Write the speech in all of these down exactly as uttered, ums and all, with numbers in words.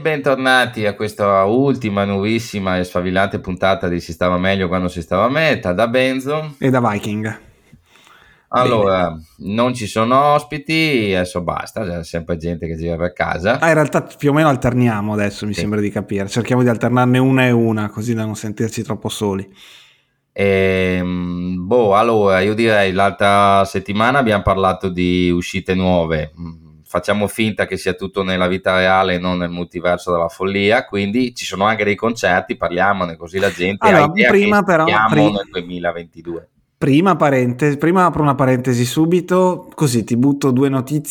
bentornati a questa ultima, nuovissima e sfavillante puntata di Si stava meglio quando si stava a meta, da Benzo e da Viking. Allora, Bene. Non ci sono ospiti, adesso basta, c'è sempre gente che gira per casa. Ah, in realtà più o meno alterniamo adesso, mi sì. sembra di capire. Cerchiamo di alternarne una e una, così da non sentirci troppo soli. E, boh, allora, io direi l'altra settimana abbiamo parlato di uscite nuove. Facciamo finta che sia tutto nella vita reale e non nel multiverso della follia, quindi ci sono anche dei concerti, parliamone così la gente allora, ha idea prima che però, siamo pri- nel duemilaventidue. Prima, parentesi, prima apro una parentesi subito, così ti butto due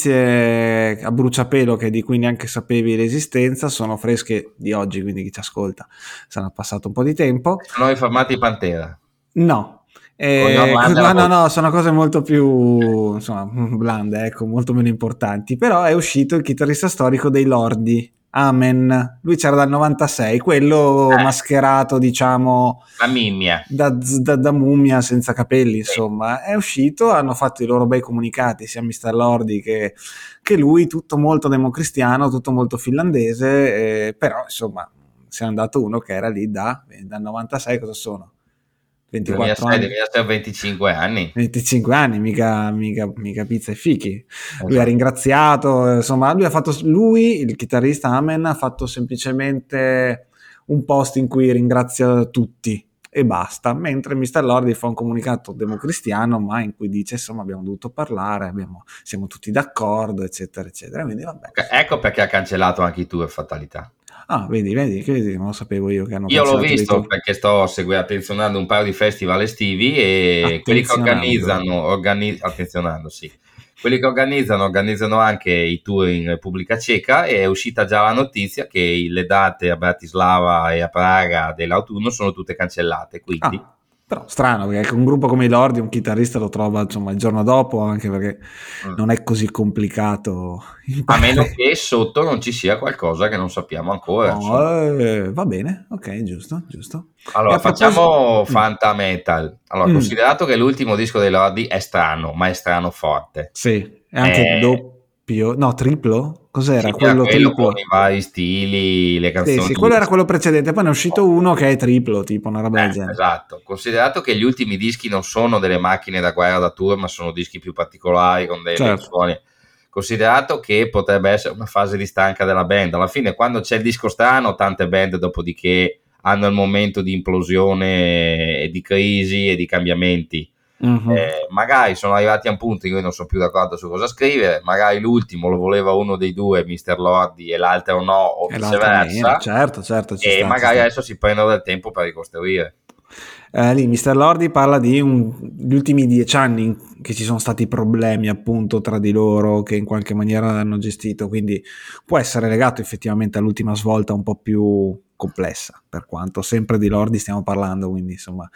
notizie a bruciapelo che di cui neanche sapevi l'esistenza, sono fresche di oggi, quindi chi ci ascolta sarà passato un po' di tempo. Sono i formati Pantera. No, eh, no, no, no, sono cose molto più insomma, blande, ecco, molto meno importanti. Però è uscito il chitarrista storico dei Lordi, Amen. Lui c'era dal novantasei, quello eh. mascherato, diciamo, la mimmia. Da, da, da mummia senza capelli, insomma. Sì. È uscito, hanno fatto i loro bei comunicati, sia mister Lordi che, che lui, tutto molto democristiano, tutto molto finlandese, eh, però insomma, si è andato uno che era lì da, dal novantasei, cosa sono? ventiquattro anni, duemilasei, venticinque anni venticinque anni, mica, mica, mica pizza e fichi. Esatto. Lui ha ringraziato, insomma, lui ha fatto, lui, il chitarrista Amen, ha fatto semplicemente un post in cui ringrazia tutti e basta, mentre mister Lordi fa un comunicato democristiano, ma in cui dice, insomma, abbiamo dovuto parlare, abbiamo, siamo tutti d'accordo, eccetera, eccetera. Quindi, vabbè. Ecco perché ha cancellato anche i tour Fatalità. Ah, vedi, vedi, vedi, non lo sapevo io che hanno Io l'ho visto perché sto seguendo, attenzionando un paio di festival estivi e quelli che organizzano, organi- attenzionando, sì. Quelli che organizzano, organizzano anche i tour in Repubblica Ceca e è uscita già la notizia che le date a Bratislava e a Praga dell'autunno sono tutte cancellate, quindi... Ah. Però strano, perché un gruppo come i Lordi un chitarrista lo trova insomma il giorno dopo, anche perché mm. non è così complicato. A meno che sotto non ci sia qualcosa che non sappiamo ancora. Oh, eh, va bene, ok, giusto, giusto. Allora, facciamo propos- Fanta Metal. Allora, mm. considerato che l'ultimo disco dei Lordi è strano, ma è strano forte. Sì, è anche eh... doppio, no, triplo? Cos'era? Sì, quello, quello triplo? con i vari stili, le canzoni. Sì, sì, quello era quello precedente, poi ne è uscito uno che è triplo, tipo una roba eh, del genere. Esatto, considerato che gli ultimi dischi non sono delle macchine da guerra da tour, ma sono dischi più particolari con dei certo. suoni. Considerato che potrebbe essere una fase di stanca della band, alla fine quando c'è il disco strano, tante band dopodiché hanno il momento di implosione e di crisi e di cambiamenti. Uh-huh. Eh, magari sono arrivati a un punto in cui non sono più d'accordo su cosa scrivere, magari l'ultimo lo voleva uno dei due, mister Lordi, e l'altro no, o e viceversa. Certo, certo. E sta, magari adesso si prendono del tempo per ricostruire. Eh, lì mister Lordi parla di un, gli ultimi dieci anni che ci sono stati problemi appunto tra di loro che in qualche maniera hanno gestito, quindi può essere legato effettivamente all'ultima svolta un po' più complessa, per quanto sempre di Lordi stiamo parlando, quindi insomma.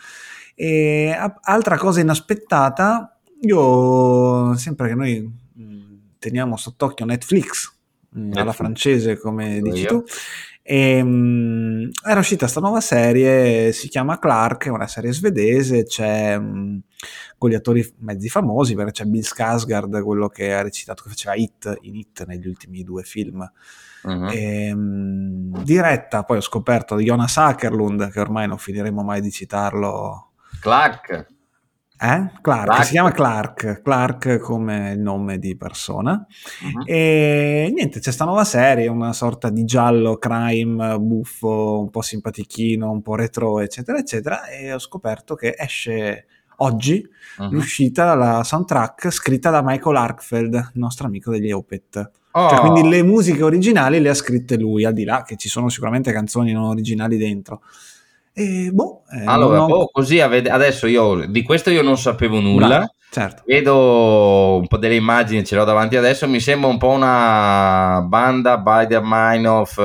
E altra cosa inaspettata, io sempre che noi teniamo sott'occhio Netflix, Netflix. alla francese come dici tu, e, um, era uscita sta nuova serie, si chiama Clark, è una serie svedese, c'è um, con gli attori mezzi famosi, perché c'è Bill Skarsgård, quello che ha recitato, che faceva Hit in Hit negli ultimi due film. Uh-huh. E, um, diretta, poi ho scoperto di Jonas Åkerlund, che ormai non finiremo mai di citarlo. Clark Eh? Clark, Clark, si chiama Clark, Clark come il nome di persona. Uh-huh. E niente, c'è sta nuova serie, una sorta di giallo crime buffo, un po' simpatichino, un po' retro, eccetera, eccetera, e ho scoperto che esce oggi uh-huh. l'uscita, la soundtrack scritta da Michael Arkfeld, il nostro amico degli Opeth. Oh. Cioè, quindi le musiche originali le ha scritte lui, al di là che ci sono sicuramente canzoni non originali dentro. E boh, eh, allora, ho... boh, così adesso io di questo io non sapevo nulla. Bravo, certo. Vedo un po' delle immagini, ce l'ho davanti adesso. Mi sembra un po' una banda by the Meinhof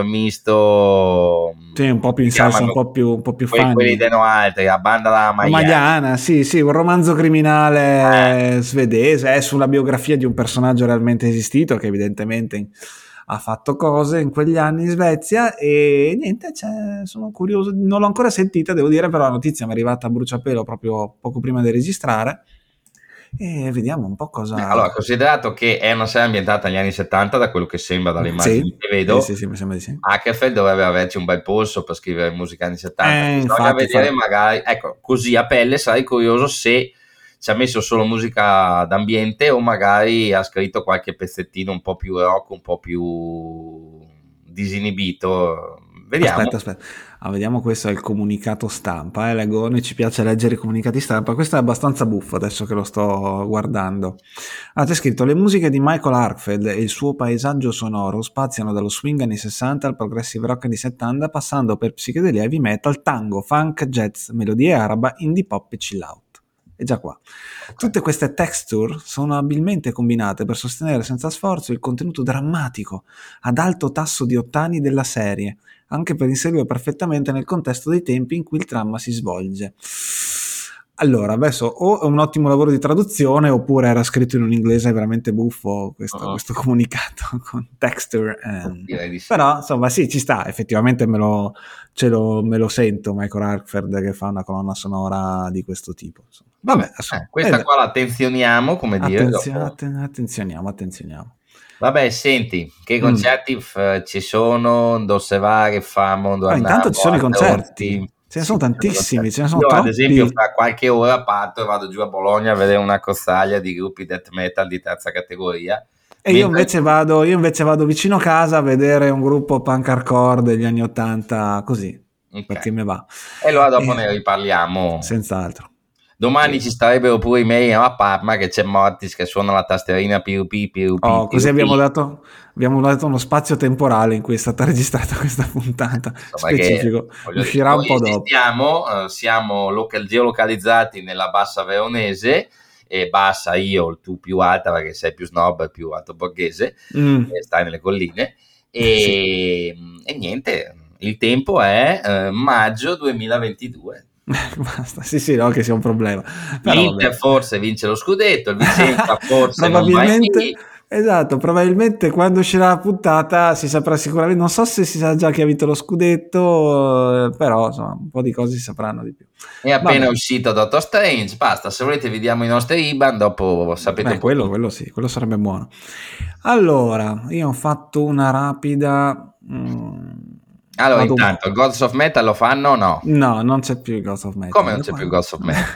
misto. Sì, un po' più in salsa, un po' più, un po' più quelli, quelli dei Noaltri, la banda da Maiana. Maiana, sì, sì, un romanzo criminale eh. svedese, è sulla biografia di un personaggio realmente esistito che evidentemente ha fatto cose in quegli anni in Svezia e niente, cioè, sono curioso, non l'ho ancora sentita, devo dire, però la notizia mi è arrivata a bruciapelo proprio poco prima di registrare e vediamo un po' cosa... Allora, considerato che è una serie ambientata negli anni settanta, da quello che sembra dalle immagini sì, che vedo, sì, sì, sì, mi sembra di sì. Akerfeld dovrebbe averci un bel polso per scrivere musica anni settanta. Eh, Bisogna infatti, vedere fa... magari, ecco, così a pelle sarei curioso se ci ha messo solo musica d'ambiente o magari ha scritto qualche pezzettino un po' più rock, un po' più disinibito. Vediamo. Aspetta, aspetta, ah, vediamo, questo è il comunicato stampa, eh, leggo, noi ci piace leggere i comunicati stampa, questo è abbastanza buffo adesso che lo sto guardando. Ah, c'è scritto: le musiche di Michael Arkfeld e il suo paesaggio sonoro spaziano dallo swing anni sessanta al progressive rock anni settanta, passando per psichedelia, heavy metal, tango, funk, jazz, melodie araba, indie pop e chill out. È già qua. Okay. Tutte queste texture sono abilmente combinate per sostenere senza sforzo il contenuto drammatico ad alto tasso di ottani della serie, anche per inserire perfettamente nel contesto dei tempi in cui il dramma si svolge. Allora, adesso o è un ottimo lavoro di traduzione oppure era scritto in un inglese veramente buffo questo, uh-huh. questo comunicato con texture and... sì. Però insomma sì, ci sta, effettivamente me lo, ce lo, me lo sento Michael Arkfeld che fa una colonna sonora di questo tipo, insomma. Vabbè, eh, questa qua la attenzioniamo, come dire. Attenzio- atten- attenzioniamo, attenzioniamo. Vabbè, senti, che concerti mm. f- ci sono, dove va, che famo, dove ah, andiamo, intanto ci sono i concerti, ce ne sono sì, tantissimi, ce ne sono io troppi. ad esempio fra qualche ora parto e vado giù a Bologna a vedere una cozzaglia di gruppi death metal di terza categoria. E io invece, vado, io invece vado vicino casa a vedere un gruppo punk hardcore degli anni ottanta, così, okay. Perché mi va. E allora dopo e, ne riparliamo. Senz'altro. Domani sì. Ci starebbero pure i miei a Parma, che c'è Mortis che suona la tasterina pirupi pirupi. Oh, così abbiamo dato, abbiamo dato uno spazio temporale in cui è stata registrata questa puntata. Insomma, specifico. Che, uscirà un po' dopo. Siamo, siamo local, geolocalizzati nella bassa veronese, e bassa io, tu più alta perché sei più snob e più alto borghese, mm. e stai nelle colline, e, sì. e niente, il tempo è eh, maggio duemilaventidue. Basta, sì sì, no che sia un problema. Però, l'Inter vabbè. Forse vince lo scudetto, il Vicenza forse probabilmente non va esatto, probabilmente quando uscirà la puntata si saprà sicuramente, non so se si sa già chi ha vinto lo scudetto, però insomma un po' di cose si sapranno di più. È appena vabbè. Uscito Doctor Strange, basta, se volete vediamo i nostri I B A N, dopo sapete Beh, un po' quello, tutto. quello sì, quello sarebbe buono. Allora, io ho fatto una rapida... Mm, allora intanto il Gods of Metal lo fanno o no? No, non c'è più il Gods of Metal. Come non c'è più il Gods of Metal?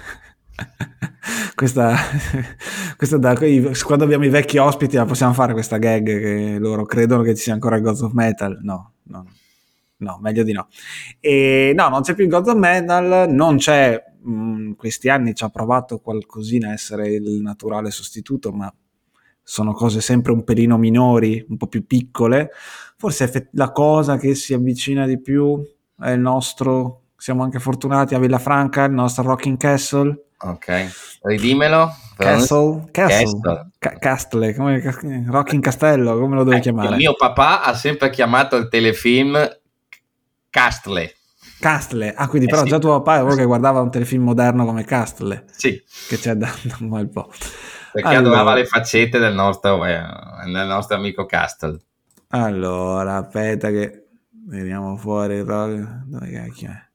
questa, questa da, quando abbiamo i vecchi ospiti la possiamo fare questa gag che loro credono che ci sia ancora il Gods of Metal. No, no, no, meglio di no. E no, non c'è più il Gods of Metal, non c'è, mh, questi anni ci ha provato qualcosina a essere il naturale sostituto, ma sono cose sempre un pelino minori, un po' più piccole. Forse la cosa che si avvicina di più è il nostro, siamo anche fortunati a Villafranca, il nostro Rocking Castle. Ok, ridimelo. Castle, Castle, Castle. Castle, come Rocking Castello, come lo devo eh, chiamare? Il mio papà ha sempre chiamato il telefilm Castle. Castle, ah quindi eh però sì. Già tuo papà che guardava un telefilm moderno come Castle. Sì. Che c'è da, da un bel po'. Perché allora. Adorava le faccette del nostro, eh, del nostro amico Castle. Allora, aspetta che vediamo fuori. Dove cacchio è?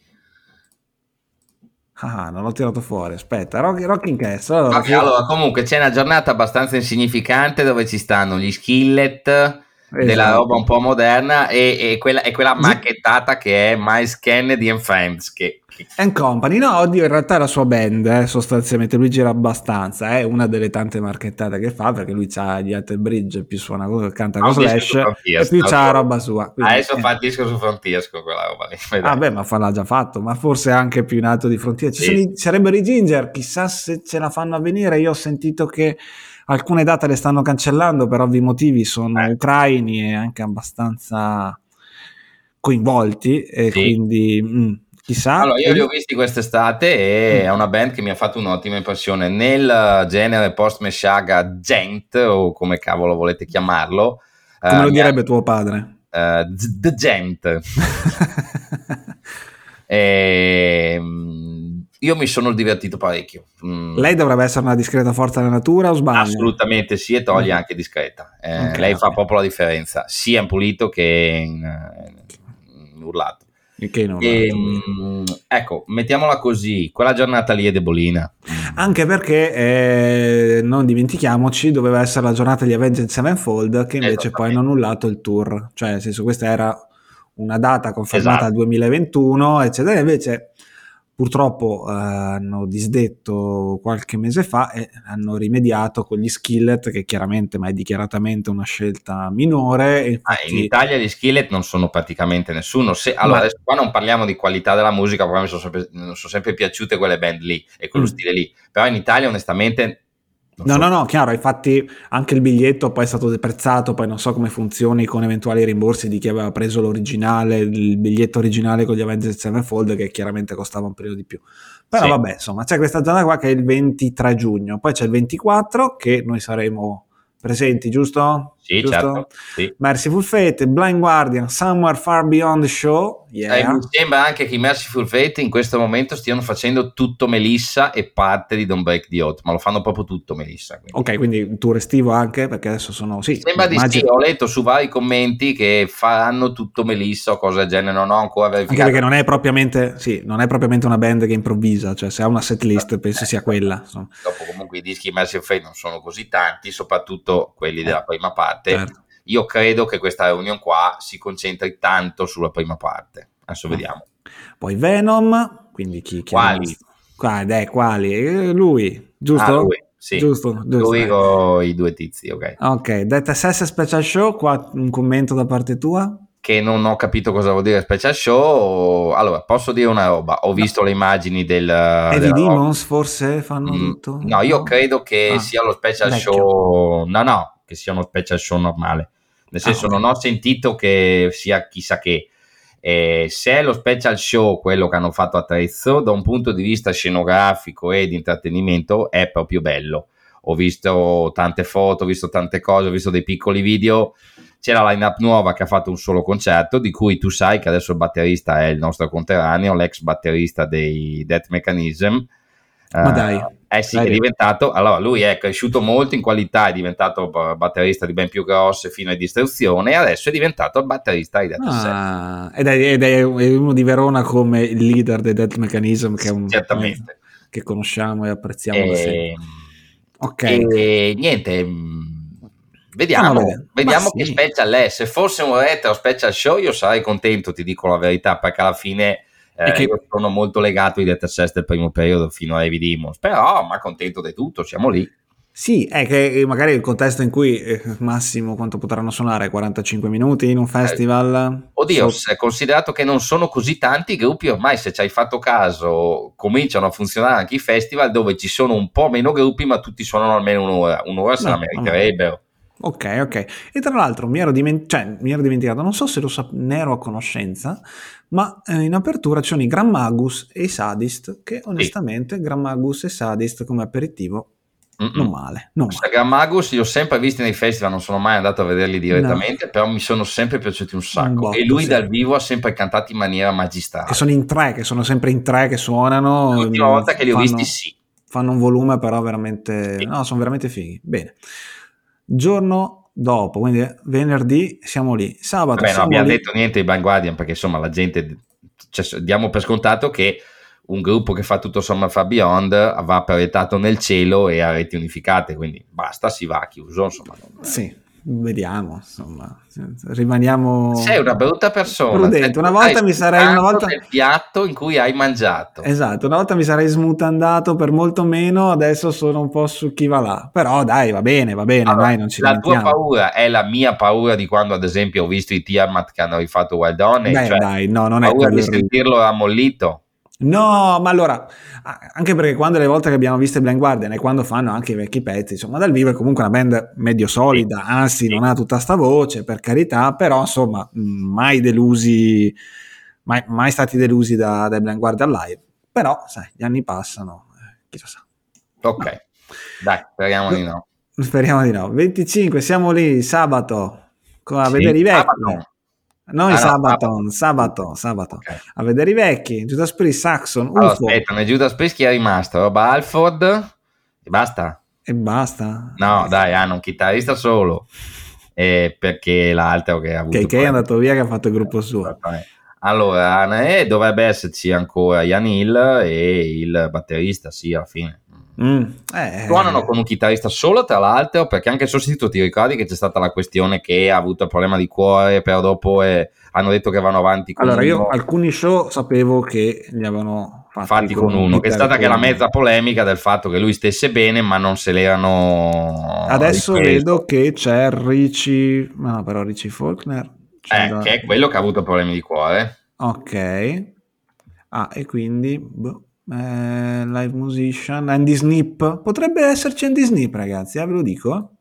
Ah, non l'ho tirato fuori. Aspetta, Rock, Rocking Castle. Allora, okay, allora, comunque c'è una giornata abbastanza insignificante dove ci stanno gli Skillet, esatto. Della roba un po' moderna, e, e quella, e quella macchettata che è Miles Kennedy and Friends. Che, che... And Company, no, oddio, in realtà è la sua band, eh, sostanzialmente lui gira abbastanza, è una delle tante marchettate che fa, perché lui c'ha gli Alter Bridge, più suona, canta con Slash, e più c'ha la roba sua. Quindi, adesso eh. fa il disco su Frontiesco, quella roba lì. Ah beh, ma l'ha già fatto, ma forse anche più in alto di Frontier. Ci, sì. sono i, sarebbero i Ginger, chissà se ce la fanno a venire. Io ho sentito che alcune date le stanno cancellando per ovvi motivi, sono eh. ucraini e anche abbastanza coinvolti, e sì. quindi mh, chissà. Allora, io li ho visti quest'estate e è una band che mi ha fatto un'ottima impressione nel genere post-meshaga gent, o come cavolo volete chiamarlo. Come uh, lo direbbe ha... tuo padre? Uh, the gent. e... Io mi sono divertito parecchio. Mm. Lei dovrebbe essere una discreta forza della natura o sbaglio? Assolutamente sì, e toglie mm. anche discreta. Eh, okay, lei okay. fa proprio la differenza, sia in pulito che in, in urlato. Che non e, mh, ecco, mettiamola così, quella giornata lì è debolina. Anche perché eh, non dimentichiamoci, doveva essere la giornata di Avenged Sevenfold, che invece poi hanno annullato il tour, cioè nel senso questa era una data confermata al esatto. duemilaventuno, eccetera, invece purtroppo eh, hanno disdetto qualche mese fa e hanno rimediato con gli Skillet, che chiaramente, ma è dichiaratamente una scelta minore. E infatti... ah, in Italia gli Skillet non sono praticamente nessuno. Se, allora, ma... adesso qua non parliamo di qualità della musica, perché mi sono sempre, sono sempre piaciute quelle band lì e quello mm. stile lì, però in Italia onestamente... No, so. no, no, chiaro, infatti anche il biglietto poi è stato deprezzato, poi non so come funzioni con eventuali rimborsi di chi aveva preso l'originale, il biglietto originale con gli Avenged Sevenfold, che chiaramente costava un periodo di più. Però sì. vabbè, insomma, c'è questa giornata qua che è il ventitré giugno, poi c'è il ventiquattro che noi saremo presenti, giusto? Sì, giusto? certo. Sì. Merciful Fate, Blind Guardian, Somewhere Far Beyond the Show. Yeah. Eh, mi sembra anche che i Merciful Fate in questo momento stiano facendo tutto Melissa e parte di Don't Break the Heart, ma lo fanno proprio tutto Melissa. Quindi. Ok, quindi un tour estivo anche, perché adesso sono... Sì, sembra di immagino... sì, ho letto su vari commenti che faranno tutto Melissa o cose del genere, non ho ancora verificato. Anche perché non è propriamente, sì, non è propriamente una band che improvvisa, cioè se ha una setlist eh, penso eh, sia quella. Insomma. Dopo comunque i dischi Merciful Fate non sono così tanti, soprattutto quelli della prima parte. Certo. Io credo che questa reunion qua si concentri tanto sulla prima parte. Adesso oh. vediamo. Poi Venom, quindi chi? chi quali? Qua, dai, quali? Lui, giusto? Ah, lui, sì. Giusto, giusto. Lui con i due tizi, ok. Ok, Death S S Special Show, qua un commento da parte tua? Che non ho capito cosa vuol dire Special Show. Allora, posso dire una roba, ho visto no. le immagini del... Heavy Demons forse fanno mm, tutto? No, io no. credo che ah, sia lo Special vecchio. Show... No, no, che sia uno Special Show normale. Nel senso, ah, okay. non ho sentito che sia chissà che. Eh, se è lo special show quello che hanno fatto a Trezzo, da un punto di vista scenografico e di intrattenimento è proprio bello. Ho visto tante foto, ho visto tante cose, ho visto dei piccoli video. C'era la line-up nuova che ha fatto un solo concerto, di cui tu sai che adesso il batterista è il nostro conterraneo, l'ex batterista dei Death Mechanism. Ma dai, uh, eh sì, dai, è diventato, allora lui è cresciuto molto in qualità, è diventato batterista di ben più grosse fino a distruzione e adesso è diventato il batterista di Death ah, ed, è, ed è uno di Verona come il leader dei Death Mechanism, che è un certamente eh, che conosciamo e apprezziamo e, da sempre. Ok, e niente, vediamo, vediamo che sì. special è. Se fosse un retro special show io sarei contento, ti dico la verità, perché alla fine Eh, che... io sono molto legato ai Death Access del primo periodo fino a Heavy Demons, però ma contento di tutto, siamo lì. Sì, è che magari il contesto in cui eh, massimo quanto potranno suonare quarantacinque minuti in un festival. Eh, oddio, so... considerato che non sono così tanti i gruppi, ormai se ci hai fatto caso cominciano a funzionare anche i festival dove ci sono un po' meno gruppi ma tutti suonano almeno un'ora, un'ora se no, la meriterebbero. Ok, ok. E tra l'altro mi ero, diment- cioè, mi ero dimenticato, non so se lo sap- ne ero a conoscenza, ma eh, in apertura ci sono i Grand Magus e i Sadist, che onestamente sì. Grand Magus e Sadist come aperitivo Mm-mm. non male. Non male. Grand Magus li ho sempre visti nei festival, non sono mai andato a vederli direttamente, no. però mi sono sempre piaciuti un sacco. Un botto, e lui sì. dal vivo ha sempre cantato in maniera magistrale. Che sono in tre, che sono sempre in tre che suonano. L'ultima volta che li ho fanno, visti sì. Fanno un volume però veramente... Sì. No, sono veramente fighi. Bene. Giorno dopo, quindi venerdì siamo lì, sabato Vabbè, siamo non abbiamo lì. detto niente di Blind Guardian perché insomma la gente, cioè, diamo per scontato che un gruppo che fa tutto Summer Far Beyond va proiettato nel cielo e a reti unificate, quindi basta, si va, chiuso insomma. Sì, vediamo insomma, rimaniamo sei una brutta persona prudente. Una volta mi sarei una volta nel piatto in cui hai mangiato, esatto, una volta mi sarei smutandato per molto meno, adesso sono un po' su chi va là, però dai, va bene, va bene, allora, dai, non ci la tua paura è la mia paura di quando ad esempio ho visto i Tiamat che hanno rifatto Wild Honey, dai, cioè, dai, no, non paura è di sentirlo ammollito. No, ma allora, anche perché quando le volte che abbiamo visto Blind Guardian e quando fanno anche i vecchi pezzi, insomma, dal vivo è comunque una band medio solida, sì. anzi sì. non ha tutta sta voce, per carità, però insomma, mai delusi, mai, mai stati delusi da, da Blind Guardian live, però sai, gli anni passano, eh, chi lo sa. Ok, no. Dai, speriamo no. di no. Speriamo di no. venticinque, siamo lì, sabato, a sì. vedere i vecchi. Sabato. Noi ah, Sabaton, no, sabato, sabato, okay. a vedere i vecchi, Judas Priest, Saxon, U F O. Allora, aspetta, nel Judas Priest chi è rimasto? Rob Halford e basta? E basta? No, dai, hanno un chitarrista solo, eh, perché l'altro che ha avuto... Che, che è andato via, che ha fatto il gruppo suo. Allora, eh, dovrebbe esserci ancora Ian Hill e il batterista, sì, alla fine. Mm, eh, Suonano con un chitarrista solo, tra l'altro, perché anche il sostituto, ti ricordi che c'è stata la questione che ha avuto il problema di cuore, però dopo eh, hanno detto che vanno avanti con allora, uno. io alcuni show sapevo che li avevano fatti, fatti con, con uno, che è stata anche la mezza polemica del fatto che lui stesse bene, ma non se l'erano adesso ripreso. Vedo che c'è Richie, no, però Richie Faulkner eh, da... che è quello che ha avuto problemi di cuore. Ok. Ah, e quindi boh, eh, live musician Andy Snip, potrebbe esserci Andy Snip, ragazzi, eh, ve lo dico.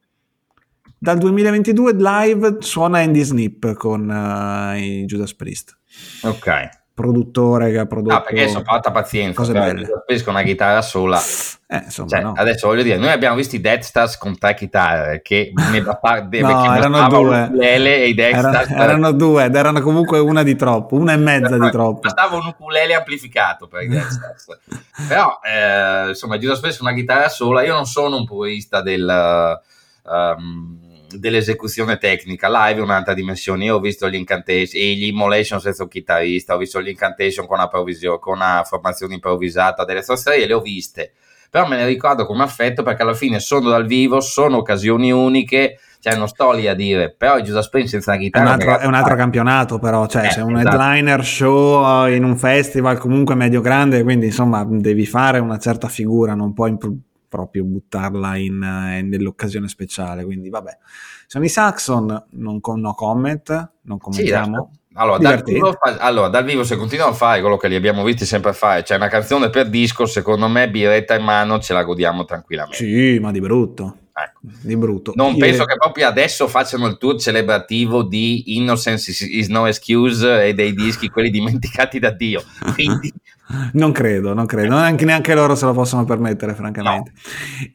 Dal duemilaventidue live suona Andy Snip con uh, i Judas Priest. Ok. Produttore che ha prodotto ah, perché sono fatta pazienza, cose belle. Con una chitarra sola. Eh, insomma, cioè, no. Adesso voglio dire, noi abbiamo visto i Death Stars con tre chitarre che ne basta, no, che erano due. E i Death erano, Stars erano due ed erano comunque una di troppo, una e mezza di troppo. Bastava un ukulele amplificato per i Death Stars. Però, eh, insomma, Judas Priest una chitarra sola. Io non sono un purista del... Um, dell'esecuzione tecnica, live è un'altra dimensione. Io ho visto gli incantation e gli immolation senza un chitarrista, ho visto gli incantation con una, con una formazione improvvisata delle stosserie, le ho viste, però me ne ricordo con affetto perché alla fine sono dal vivo, sono occasioni uniche, cioè non sto lì a dire, però i Judas Priest senza una chitarra è un altro, è un altro campionato, però cioè eh, c'è un esatto. headliner show in un festival comunque medio grande, quindi insomma devi fare una certa figura, non puoi imp- proprio buttarla in, in nell'occasione speciale, quindi vabbè, sono i Saxon, non con no comment, non commentiamo. Sì, allora dal, vivo, allora dal vivo se continuano a fare quello che li abbiamo visti sempre fare, cioè una canzone per disco, secondo me birretta in mano ce la godiamo tranquillamente. Sì, ma di brutto. Ecco. Di brutto. Non Io... penso che proprio adesso facciano il tour celebrativo di Innocence is No Excuse e dei dischi quelli dimenticati da Dio, quindi non credo, non credo, neanche, neanche loro se lo possono permettere, francamente. No.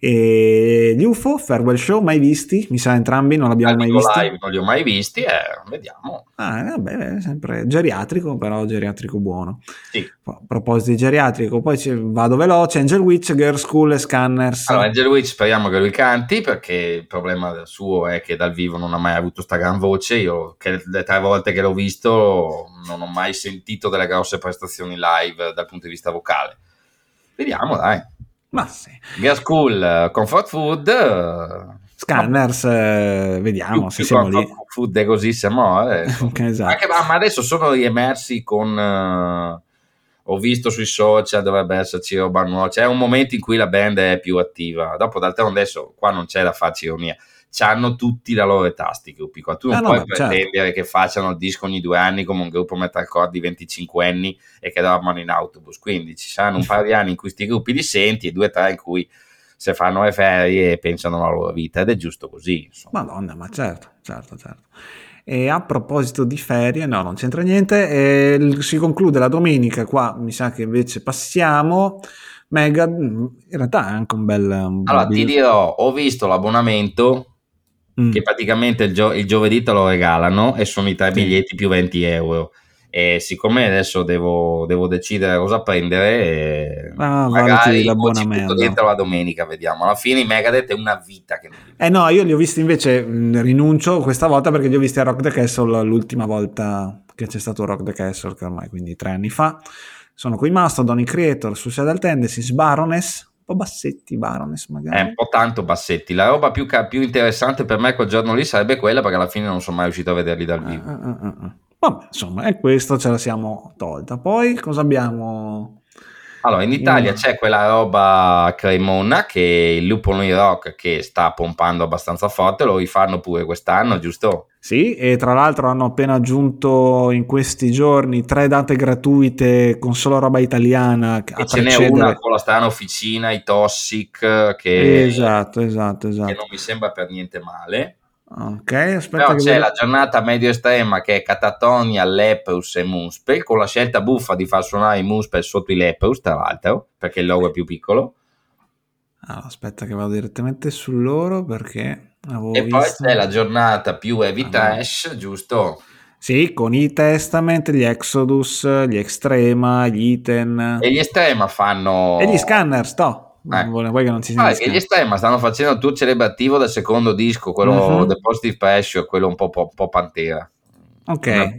E gli U F O, Farewell Show, mai visti? Mi sa entrambi, non l'abbiamo mai visti. Live non li ho mai visti, eh, vediamo. Ah, vabbè, sempre geriatrico, però geriatrico buono. Sì. A proposito di geriatrico, poi vado veloce, Angel Witch, Girl School e Scanners. Allora, Angel Witch speriamo che lui canti, perché il problema suo è che dal vivo non ha mai avuto sta gran voce. Io che le tre volte che l'ho visto non ho mai sentito delle grosse prestazioni live dal punto di vista vocale. Vediamo, dai. Ma sì. Girl School, Comfort Food... Scanners, eh, vediamo più, se più siamo lì. Food è così, siamo. Eh, esatto. Anche, ma adesso sono riemersi con... Uh, ho visto sui social, dovrebbe esserci roba nuova. C'è un momento in cui la band è più attiva. Dopo, d'altronde, adesso qua non c'è da farci ironia. C'hanno tutti la loro età, sti gruppi qua. Tu non ah, puoi no, pretendere certo. che facciano il disco ogni due anni come un gruppo metalcore di venticinque anni e che dormono in autobus. Quindi ci saranno un paio di anni in cui sti gruppi li senti e due o tre in cui se fanno le ferie e pensano alla loro vita, ed è giusto così. Insomma. Madonna, ma certo, certo, certo. E a proposito di ferie, no, non c'entra niente, e si conclude la domenica, qua mi sa che invece passiamo, Mega, in realtà è anche un bel... Un allora, bel... ti dirò, ho visto l'abbonamento, mm. che praticamente il, gio- il giovedì te lo regalano, e sono i tre sì. biglietti più venti euro. E siccome adesso devo, devo decidere cosa prendere, e ah, magari l'abbonamento dentro la domenica, vediamo. Alla fine i Megadeth è una vita che non li eh no, io li ho visti invece, mh, rinuncio questa volta perché li ho visti a Rock the Castle l'ultima volta che c'è stato Rock the Castle, che ormai quindi tre anni fa. Sono coi Mastodon, i Creator, Suicidal Tendencies, Baroness, un po' bassetti Baroness magari. È un po' tanto bassetti. La roba più, più interessante per me quel giorno lì sarebbe quella, perché alla fine non sono mai riuscito a vederli dal vivo. Uh, uh, uh, uh. Vabbè, insomma, è questo, ce la siamo tolta. Poi cosa abbiamo? Allora, in Italia in... c'è quella roba Cremona, che il Lupo Noi Rock, che sta pompando abbastanza forte, lo rifanno pure quest'anno, giusto? Sì, e tra l'altro hanno appena aggiunto in questi giorni tre date gratuite con solo roba italiana. E ce n'è una con la strana officina, i Toxic, che, esatto, esatto, esatto. che non mi sembra per niente male. Ok, aspetta. Però che c'è vedo... la giornata medio estrema, che è Catatonia, Leprous e Moonspell, con la scelta buffa di far suonare i Moonspell sotto i Leprous, tra l'altro, perché il logo è più piccolo. Allora, aspetta che vado direttamente su loro, perché avevo e visto... poi c'è la giornata più heavy trash, allora. Giusto? Sì, con i Testament, gli Exodus, gli Extrema, gli Iten. E gli Extrema fanno... E gli Scanners, no? Eh. Vuoi che non si ah, che gli Extrema stanno facendo il tour celebrativo del secondo disco, quello uh-huh. The Positive Pressure, quello un po', po', po' Pantera. Ok. Una,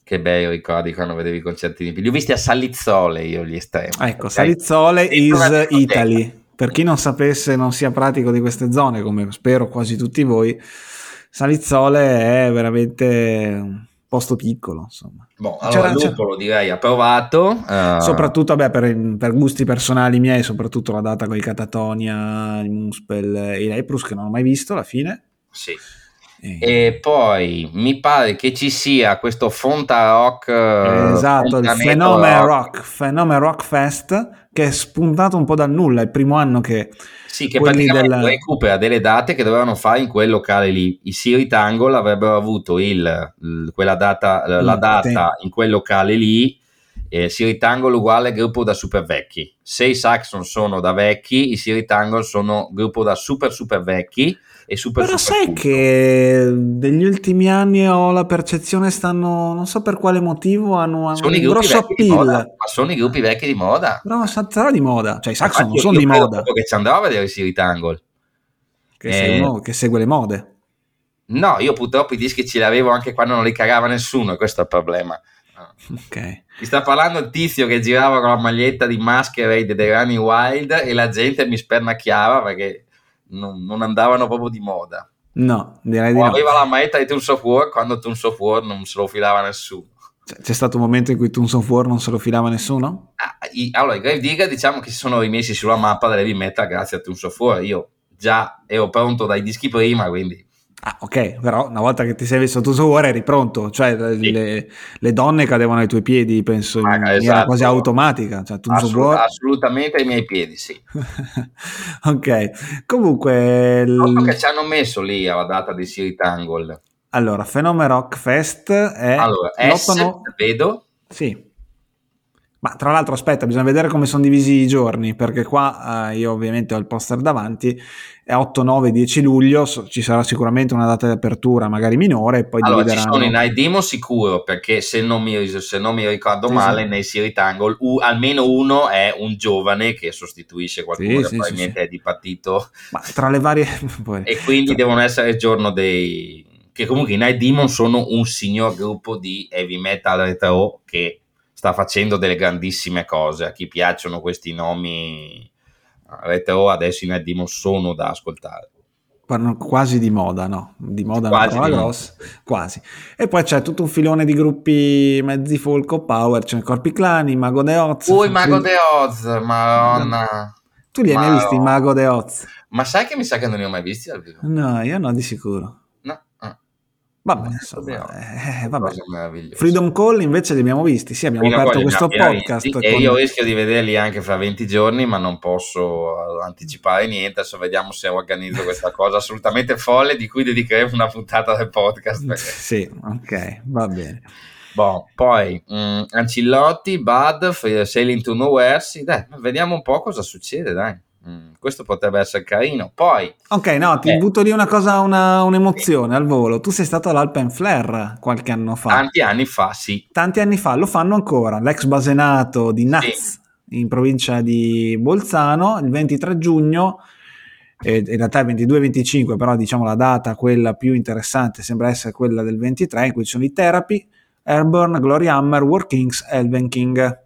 Che bei ricordi quando vedevi i concertini. Li ho visti a Salizzole io gli estremi. Ecco, okay. Salizzole is Italy. Per chi non sapesse, non sia pratico di queste zone, come spero quasi tutti voi, Salizzole è veramente un posto piccolo, insomma. Boh, allora il Lupolo direi approvato. Uh... Soprattutto, beh, per, per gusti personali miei, soprattutto la data con i Catatonia, il Muspel e l'Eprus, che non ho mai visto alla fine. Sì. E poi mi pare che ci sia questo Fonta Rock, esatto, il Phenomen Rock, Phenomen Rock Fest, che è spuntato un po' dal nulla, è il primo anno che sì, che praticamente del... recupera delle date che dovevano fare in quel locale lì. I Siri Tangle avrebbero avuto il, il, quella data, mm, la data sì. in quel locale lì. Eh, Siri Tangle uguale gruppo da super vecchi. Se i Saxon sono da vecchi, i Siri Tangle sono gruppo da super super vecchi. E super, però super sai culto. Che degli ultimi anni ho la percezione stanno, non so per quale motivo, hanno, hanno sono un grosso appeal, ma sono i gruppi vecchi di moda, però sarà di moda, cioè i Saxon non sono di moda, che ci andavo a vedere i Siri Tangle, che, eh, sei uno che segue le mode. No, io purtroppo i dischi ce li avevo anche quando non li cagava nessuno, e questo è il problema. Okay. Mi sta parlando il tizio che girava con la maglietta di Masquerade dei Running Wild e la gente mi spernacchiava perché Non, non andavano proprio di moda. No, direi di o no. Aveva la maglietta di Toons of War quando Toons of War non se lo filava nessuno. C'è stato un momento in cui Toons of War non se lo filava nessuno? Ah, i, allora, i Gravedigger diciamo che si sono rimessi sulla mappa dell'heavy metal grazie a Toons of War. Io già ero pronto dai dischi prima, quindi... Ah, ok, però una volta che ti sei messo Toons of War eri pronto, cioè sì. le, le donne cadevano ai tuoi piedi, penso, in ah, maniera esatto. quasi automatica. Cioè, Assolut- War... Assolutamente ai miei piedi, sì. Ok, comunque... Il... che ci hanno messo lì alla data di Siri Tangle. Allora, Phenomen Rock Fest è... Allora, S, no... vedo. Sì. Ma tra l'altro aspetta, bisogna vedere come sono divisi i giorni, perché qua eh, io ovviamente ho il poster davanti, è otto, nove, dieci luglio, so, ci sarà sicuramente una data di apertura magari minore e poi allora divideranno... ci sono i Night Demon sicuro, perché se non mi, se non mi ricordo sì, male sì. nei Siri Tangle u, almeno uno è un giovane che sostituisce qualcuno sì, che sì, probabilmente sì, è di partito. Ma tra le varie... e quindi tra... devono essere il giorno dei... che comunque i Night Demon sono un signor gruppo di heavy metal retro che sta facendo delle grandissime cose. A chi piacciono questi nomi retro adesso i Night Demon sono da ascoltare. Quasi di moda, no? Di moda quasi una parola grossa, quasi. E poi c'è tutto un filone di gruppi mezzi folk o power, c'è Corpi Clan, i Mago de Oz. Ui, Mago de Oz, madonna. Tu li hai mai visti, i Mago de Oz? Ma sai che mi sa che non li ho mai visti al vivo? No, io no, di sicuro. No. Ah. Vabbè, insomma, eh, vabbè. Freedom Call invece li abbiamo visti, sì, abbiamo Freedom aperto questo podcast con... e io rischio di vederli anche fra venti giorni, ma non posso anticipare niente. Adesso vediamo se organizzo questa cosa assolutamente folle di cui dedicheremo una puntata del podcast perché... sì, ok, va bene. Bon, poi mh, Ancillotti, Bud, Sailing to Nowhere, sì, dai, vediamo un po' cosa succede, dai. Mm, questo potrebbe essere carino. Poi ok, no, ti eh. butto lì una cosa, una, un'emozione sì. al volo. Tu sei stato all'Alpen Flare qualche anno fa. Tanti anni fa, sì. Tanti anni fa, lo fanno ancora. L'ex basenato di Naz sì. in provincia di Bolzano, il ventitré giugno, eh, in realtà il ventidue venticinque, però diciamo la data, quella più interessante, sembra essere quella del ventitré, in cui ci sono i Therapy, Airborne, Glory Hammer, War Kings, Elven King.